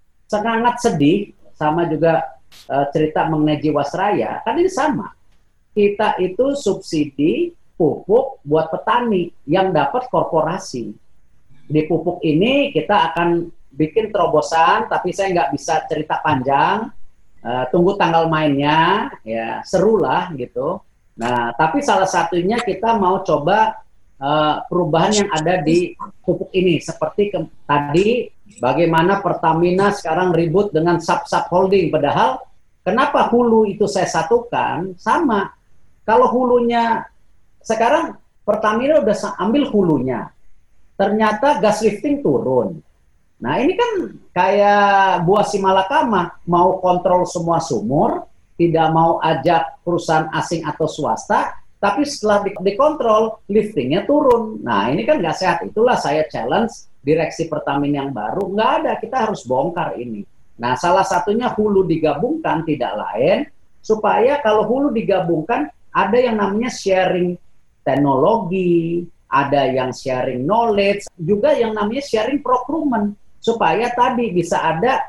Sangat sedih, sama juga cerita mengenai Jiwasraya, kan ini sama. kita itu subsidi pupuk buat petani yang dapat korporasi. Di pupuk ini kita akan bikin terobosan, tapi saya nggak bisa cerita panjang. Tunggu tanggal mainnya, ya seru lah gitu. Nah, tapi salah satunya kita mau coba perubahan yang ada di pupuk ini, seperti tadi bagaimana Pertamina sekarang ribut dengan sub-sub holding, padahal kenapa hulu itu saya satukan sama. Kalau hulunya sekarang Pertamina udah ambil hulunya, ternyata gas lifting turun. Nah ini kan kayak buah si malakama, mau kontrol semua sumur, tidak mau ajak perusahaan asing atau swasta, tapi setelah dikontrol, liftingnya turun. Nah ini kan nggak sehat, itulah saya challenge direksi Pertamina yang baru, nggak ada, kita harus bongkar ini. Nah salah satunya hulu digabungkan, tidak lain, supaya kalau hulu digabungkan, ada yang namanya sharing teknologi, ada yang sharing knowledge, juga yang namanya sharing procurement, supaya tadi bisa ada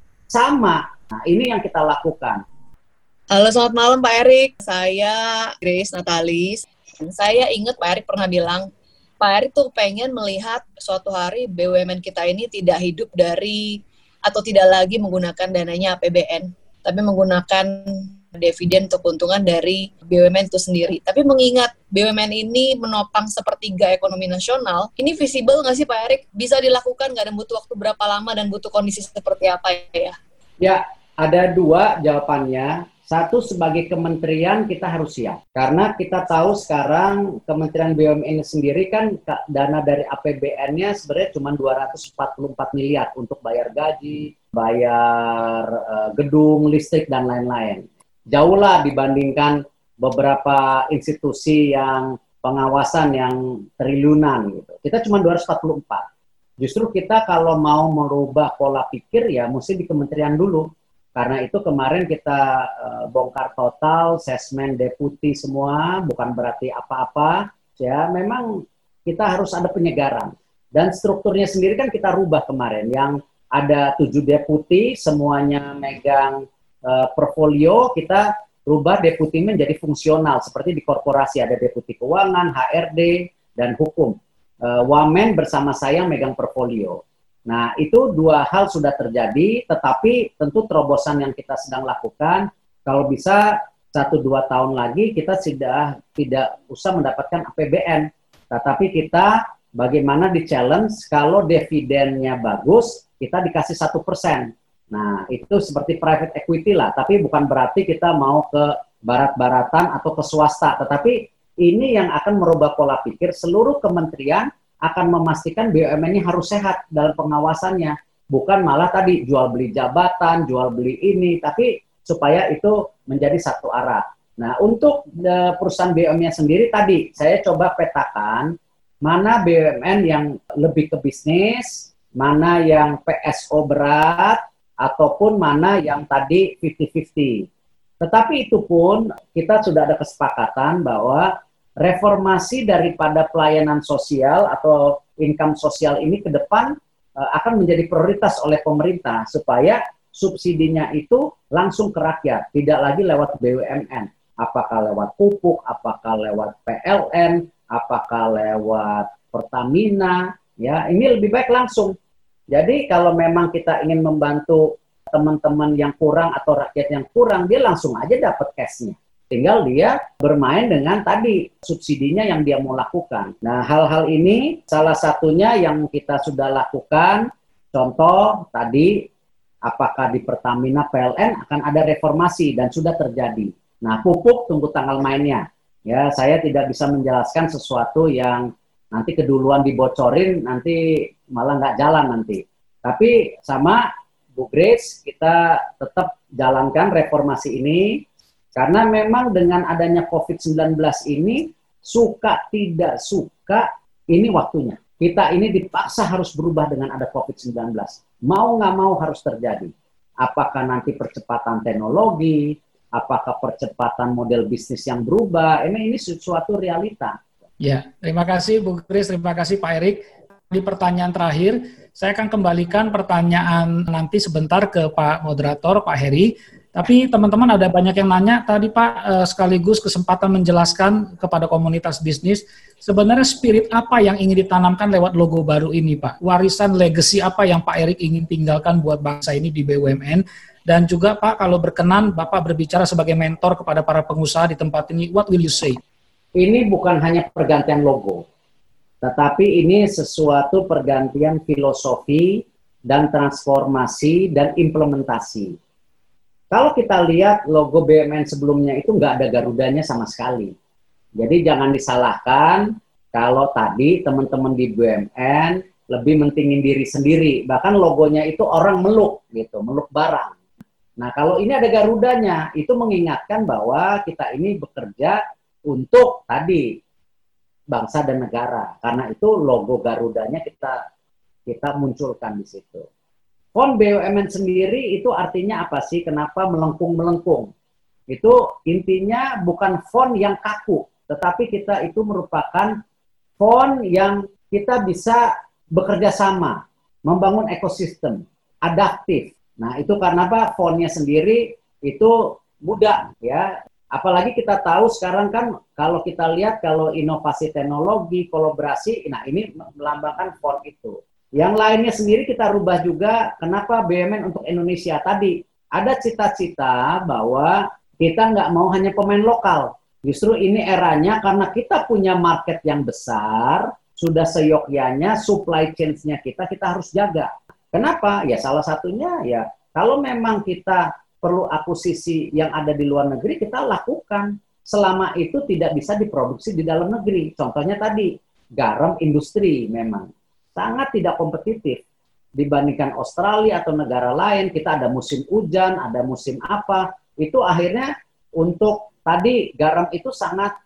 sama. Nah, ini yang kita lakukan. Halo, selamat malam Pak Erik. Saya Grace Natalis. Saya ingat Pak Erik pernah bilang, Pak Erik tuh pengen melihat suatu hari BUMN kita ini tidak hidup dari, atau tidak lagi menggunakan dananya APBN, tapi menggunakan dividen atau keuntungan dari BUMN itu sendiri. Tapi mengingat BUMN ini menopang sepertiga ekonomi nasional, ini visible nggak sih Pak Erik? Bisa dilakukan nggak, dan butuh waktu berapa lama, dan butuh kondisi seperti apa ya? Ya, ada dua jawabannya. Satu, sebagai kementerian kita harus siap. Karena kita tahu sekarang Kementerian BUMN sendiri kan dana dari APBN-nya sebenarnya cuma 244 miliar untuk bayar gaji, bayar gedung, listrik, dan lain-lain. Jauh lah dibandingkan beberapa institusi yang pengawasan yang triliunan gitu. Kita cuma 244. Justru kita kalau mau merubah pola pikir ya mesti di kementerian dulu. Karena itu kemarin kita bongkar total, sesmen deputi semua, bukan berarti apa-apa. Ya memang kita harus ada penyegaran. Dan strukturnya sendiri kan kita rubah kemarin. Yang ada 7 deputi, semuanya megang portfolio, kita rubah deputi menjadi fungsional seperti di korporasi, ada deputi keuangan, HRD, dan hukum. Wamen bersama saya megang portfolio. Nah itu dua hal sudah terjadi, tetapi tentu terobosan yang kita sedang lakukan, kalau bisa 1-2 tahun lagi kita sudah tidak usah mendapatkan APBN, tetapi kita bagaimana di challenge kalau dividennya bagus, kita dikasih 1%. Nah, itu seperti private equity lah, tapi bukan berarti kita mau ke barat-baratan atau ke swasta, tetapi ini yang akan merubah pola pikir. Seluruh kementerian akan memastikan BUMN-nya harus sehat dalam pengawasannya, bukan malah tadi jual beli jabatan, jual beli ini, tapi supaya itu menjadi satu arah. Nah, untuk perusahaan BUMN-nya sendiri tadi saya coba petakan mana BUMN yang lebih ke bisnis, mana yang PSO berat, ataupun mana yang tadi 50-50. Tetapi itu pun kita sudah ada kesepakatan bahwa reformasi daripada pelayanan sosial atau income sosial ini ke depan akan menjadi prioritas oleh pemerintah supaya subsidinya itu langsung ke rakyat, tidak lagi lewat BUMN. Apakah lewat pupuk, apakah lewat PLN, apakah lewat Pertamina, ya ini lebih baik langsung. Jadi kalau memang kita ingin membantu teman-teman yang kurang atau rakyat yang kurang, dia langsung aja dapat cash-nya. Tinggal dia bermain dengan tadi subsidinya yang dia mau lakukan. Nah, hal-hal ini salah satunya yang kita sudah lakukan. Contoh tadi, apakah di Pertamina PLN akan ada reformasi dan sudah terjadi. Nah, pupuk tunggu tanggal mainnya. Ya, saya tidak bisa menjelaskan sesuatu yang nanti keduluan dibocorin, nanti malah nggak jalan nanti. Tapi sama Bu Grace, kita tetap jalankan reformasi ini, karena memang dengan adanya COVID-19 ini, suka tidak suka, ini waktunya. Kita ini dipaksa harus berubah dengan ada COVID-19. Mau nggak mau harus terjadi. Apakah nanti percepatan teknologi, apakah percepatan model bisnis yang berubah, ini sesuatu realita. Ya, terima kasih Bu Grace, terima kasih Pak Erik. Di pertanyaan terakhir, saya akan kembalikan pertanyaan nanti sebentar ke Pak Moderator, Pak Heri. Tapi teman-teman ada banyak yang nanya tadi Pak, sekaligus kesempatan menjelaskan kepada komunitas bisnis, sebenarnya spirit apa yang ingin ditanamkan lewat logo baru ini Pak? Warisan legacy apa yang Pak Erik ingin tinggalkan buat bangsa ini di BUMN? Dan juga Pak, kalau berkenan Bapak berbicara sebagai mentor kepada para pengusaha di tempat ini, what will you say? Ini bukan hanya pergantian logo, tetapi ini sesuatu pergantian filosofi dan transformasi dan implementasi. Kalau kita lihat logo BUMN sebelumnya itu nggak ada Garudanya sama sekali. Jadi jangan disalahkan kalau tadi teman-teman di BUMN lebih mentingin diri sendiri. Bahkan logonya itu orang meluk gitu, meluk barang. Nah kalau ini ada Garudanya, itu mengingatkan bahwa kita ini bekerja untuk tadi bangsa dan negara. Karena itu logo Garudanya kita munculkan di situ. Font BUMN sendiri itu artinya apa sih? Kenapa melengkung-melengkung? Itu intinya bukan font yang kaku, tetapi kita itu merupakan font yang kita bisa bekerja sama, membangun ekosistem, adaptif. Nah, itu karena apa? Fontnya sendiri itu mudah, ya. Apalagi kita tahu sekarang kan kalau kita lihat kalau inovasi teknologi, kolaborasi, nah ini melambangkan font itu. Yang lainnya sendiri kita rubah juga, kenapa BUMN untuk Indonesia tadi. Ada cita-cita bahwa kita nggak mau hanya pemain lokal. Justru ini eranya karena kita punya market yang besar, sudah seyogyanya, supply chain-nya kita harus jaga. Kenapa? Ya salah satunya ya, kalau memang kita perlu akuisisi yang ada di luar negeri, kita lakukan. Selama itu tidak bisa diproduksi di dalam negeri. Contohnya tadi, garam industri memang sangat tidak kompetitif dibandingkan Australia atau negara lain. Kita ada musim hujan, ada musim apa, itu akhirnya untuk tadi garam itu sangat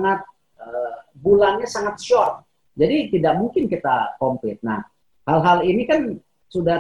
bulannya sangat short. Jadi tidak mungkin kita compete. Nah, hal-hal ini kan sudah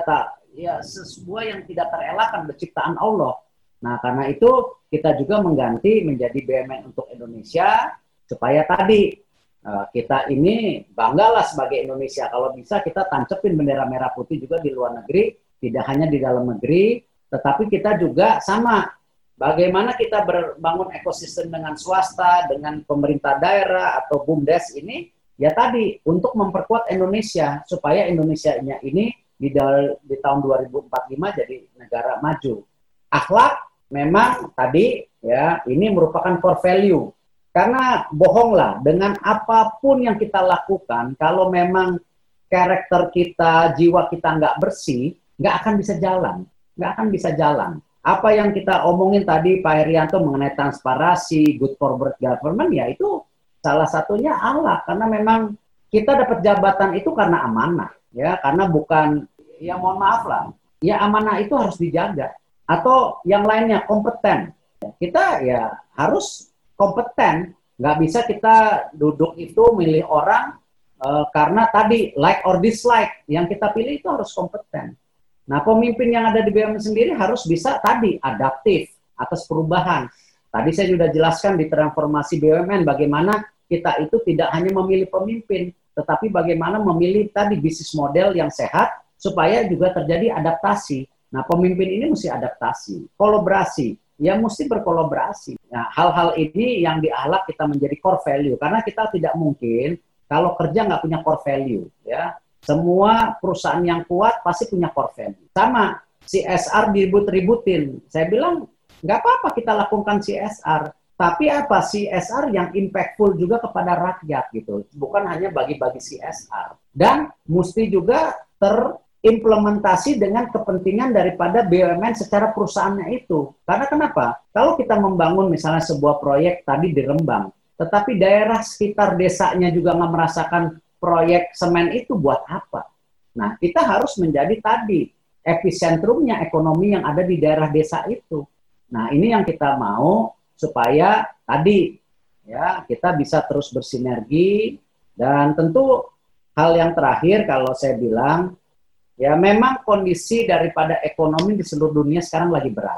sesuatu yang tidak terelakkan ciptaan Allah. Nah, karena itu kita juga mengganti menjadi BUMN untuk Indonesia supaya tadi kita ini banggalah sebagai Indonesia. Kalau bisa kita tancepin bendera merah putih juga di luar negeri, tidak hanya di dalam negeri, tetapi kita juga sama. Bagaimana kita berbangun ekosistem dengan swasta, dengan pemerintah daerah atau BUMDes ini, ya tadi untuk memperkuat Indonesia supaya Indonesia-nya ini di tahun 2045 jadi negara maju. Akhlak memang tadi ya ini merupakan core value. Karena bohonglah dengan apapun yang kita lakukan, kalau memang karakter kita, jiwa kita nggak bersih, nggak akan bisa jalan. Nggak akan bisa jalan. Apa yang kita omongin tadi Pak Herianto mengenai transparansi, good corporate government, ya itu salah satunya Allah. Karena memang kita dapat jabatan itu karena amanah. Ya, karena bukan, ya mohon maaf lah, ya amanah itu harus dijaga. Atau yang lainnya, kompeten. Kita ya harus kompeten, nggak bisa kita duduk itu milih orang karena tadi like or dislike, yang kita pilih itu harus kompeten. Nah pemimpin yang ada di BUMN sendiri harus bisa tadi adaptif atas perubahan. Tadi saya sudah jelaskan di transformasi BUMN bagaimana kita itu tidak hanya memilih pemimpin, tetapi bagaimana memilih tadi bisnis model yang sehat supaya juga terjadi adaptasi. Nah pemimpin ini mesti adaptasi, kolaborasi. Ya mesti berkolaborasi. Nah, hal-hal ini yang diahlak kita menjadi core value. Karena kita tidak mungkin kalau kerja nggak punya core value. Ya, semua perusahaan yang kuat pasti punya core value. Sama, CSR diribut-ributin. Saya bilang, nggak apa-apa kita lakukan CSR. Tapi apa? CSR yang impactful juga kepada rakyat gitu. Bukan hanya bagi-bagi CSR. Dan mesti juga terimplementasi dengan kepentingan daripada BUMN secara perusahaannya itu. Karena kenapa? Kalau kita membangun misalnya sebuah proyek tadi di Rembang, tetapi daerah sekitar desanya juga nggak merasakan proyek semen itu buat apa? Nah, kita harus menjadi tadi episentrumnya ekonomi yang ada di daerah desa itu. Nah, ini yang kita mau supaya tadi ya kita bisa terus bersinergi. Dan tentu hal yang terakhir kalau saya bilang, ya memang kondisi daripada ekonomi di seluruh dunia sekarang lagi berat.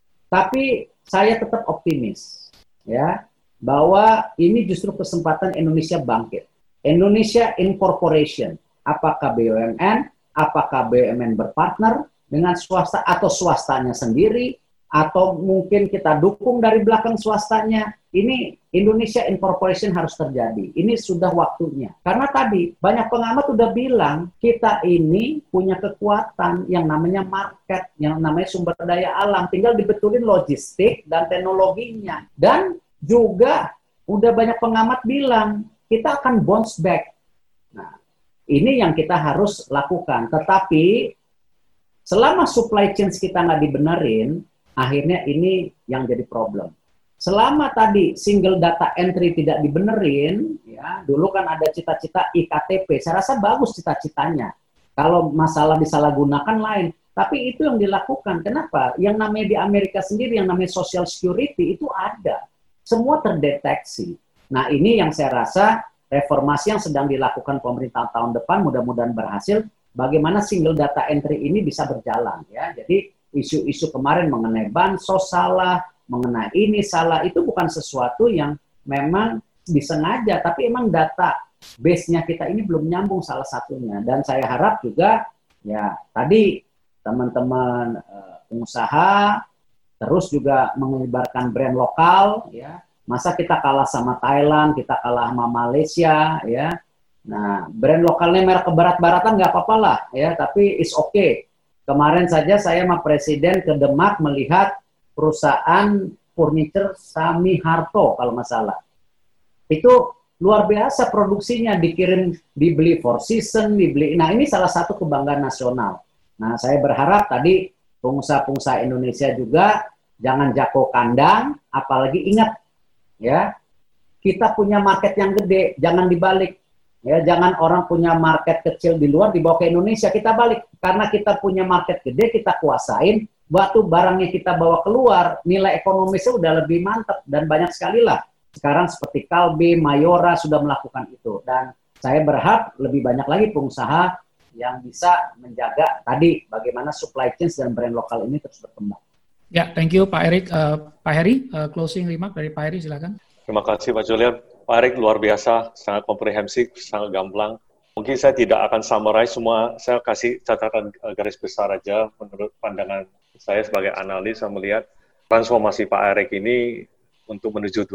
Tapi saya tetap optimis ya bahwa ini justru kesempatan Indonesia bangkit. Indonesia Incorporation, apakah BUMN, apakah BUMN berpartner dengan swasta atau swastanya sendiri, atau mungkin kita dukung dari belakang swastanya, ini Indonesia Incorporation harus terjadi. Ini sudah waktunya. Karena tadi banyak pengamat udah bilang kita ini punya kekuatan yang namanya market, yang namanya sumber daya alam. Tinggal dibetulin logistik dan teknologinya. Dan juga udah banyak pengamat bilang kita akan bounce back. Nah, ini yang kita harus lakukan. Tetapi selama supply chain kita nggak dibenerin, akhirnya ini yang jadi problem. Selama tadi single data entry tidak dibenerin, ya dulu kan ada cita-cita IKTP. Saya rasa bagus cita-citanya. Kalau masalah disalahgunakan lain, tapi itu yang dilakukan. Kenapa? Yang namanya di Amerika sendiri, yang namanya Social Security itu ada. Semua terdeteksi. Nah ini yang saya rasa reformasi yang sedang dilakukan pemerintah tahun depan mudah-mudahan berhasil. Bagaimana single data entry ini bisa berjalan, ya. Jadi isu-isu kemarin mengenai bansos salah, mengenai ini salah, itu bukan sesuatu yang memang disengaja, tapi emang data base-nya kita ini belum nyambung salah satunya. Dan saya harap juga, ya tadi teman-teman pengusaha terus juga menyebarkan brand lokal, ya. Masa kita kalah sama Thailand, kita kalah sama Malaysia, ya. Nah, brand lokalnya merek kebarat-baratan nggak apa-apa lah, ya, tapi it's okay. Kemarin saja saya sama Presiden ke Demak melihat perusahaan furniture Sami Harto kalau nggak salah. Itu luar biasa produksinya, dibeli Four Seasons, dibeli. Nah ini salah satu kebanggaan nasional. Nah saya berharap tadi pengusaha-pengusaha Indonesia juga jangan jago kandang, apalagi ingat ya kita punya market yang gede, jangan dibalik. Ya, jangan orang punya market kecil di luar dibawa ke Indonesia, kita balik. Karena kita punya market gede, kita kuasain, waktu barangnya kita bawa keluar, nilai ekonomisnya udah lebih mantap. Dan banyak sekali lah. Sekarang seperti Kalbe, Mayora sudah melakukan itu. Dan saya berharap lebih banyak lagi pengusaha yang bisa menjaga tadi bagaimana supply chain dan brand lokal ini terus berkembang. Ya, thank you Pak Erik. Pak Heri, closing remark dari Pak Heri, silakan. Terima kasih Pak Julian. Pak Erik luar biasa, sangat komprehensif, sangat gamblang. Mungkin saya tidak akan summarize semua, saya kasih catatan garis besar aja menurut pandangan saya sebagai analis. Saya melihat transformasi Pak Erik ini untuk menuju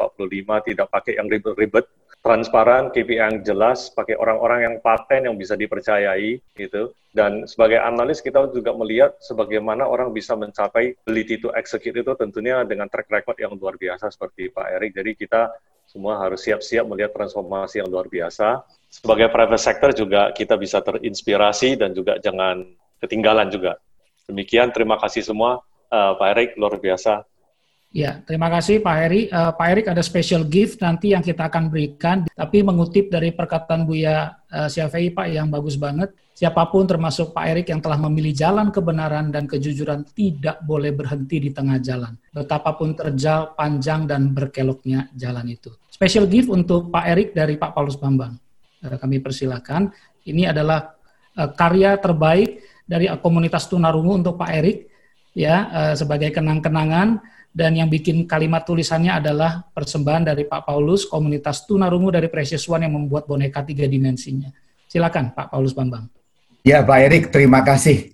2045 tidak pakai yang ribet-ribet, transparan, KPI yang jelas, pakai orang-orang yang paten yang bisa dipercayai gitu. Dan sebagai analis kita juga melihat sebagaimana orang bisa mencapai ability to execute itu tentunya dengan track record yang luar biasa seperti Pak Erik. Jadi kita semua harus siap-siap melihat transformasi yang luar biasa. Sebagai private sector juga kita bisa terinspirasi dan juga jangan ketinggalan juga. Demikian, terima kasih semua. Pak Erik, luar biasa. Ya, terima kasih Pak Heri. Pak Erik ada special gift nanti yang kita akan berikan, tapi mengutip dari perkataan Buya Syafi'i Pak yang bagus banget. Siapapun termasuk Pak Erik yang telah memilih jalan kebenaran dan kejujuran tidak boleh berhenti di tengah jalan. Betapapun terjal, panjang, dan berkeloknya jalan itu. Special gift untuk Pak Erik dari Pak Paulus Bambang. Kami persilakan. Ini adalah karya terbaik dari komunitas tunarungu untuk Pak Erik, ya, sebagai kenang-kenangan. Dan yang bikin kalimat tulisannya adalah persembahan dari Pak Paulus, komunitas tunarungu dari Precious One yang membuat boneka 3 dimensinya. Silakan Pak Paulus Bambang. Ya Pak Erik, terima kasih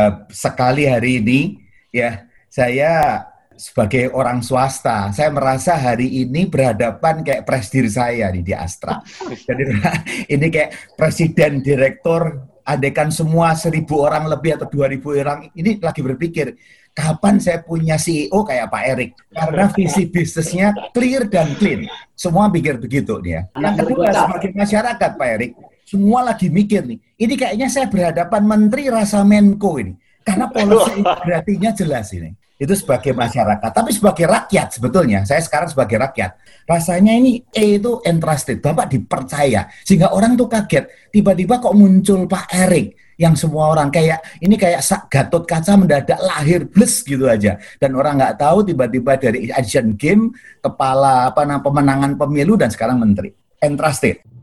sekali hari ini. Ya, saya sebagai orang swasta, saya merasa hari ini berhadapan kayak presidir saya di Astra. Jadi ini kayak presiden, direktur, andaikan semua 1.000 orang lebih atau 2.000 orang, ini lagi berpikir, kapan saya punya CEO kayak Pak Erik? Karena visi bisnisnya clear dan clean. Semua pikir begitu nih ya. Yang kedua, sebagai masyarakat Pak Erik, semua lagi mikir nih, ini kayaknya saya berhadapan menteri rasa Menko ini. Karena policy integrasinya jelas ini. Itu sebagai masyarakat. Tapi sebagai rakyat sebetulnya, saya sekarang sebagai rakyat, rasanya ini itu entrusted, Bapak dipercaya. Sehingga orang tuh kaget, tiba-tiba kok muncul Pak Erik, yang semua orang kayak ini kayak Gatot Kaca mendadak lahir bles gitu aja, dan orang nggak tahu tiba-tiba dari Asian Games kepala pemenangan pemilu dan sekarang menteri entrusted.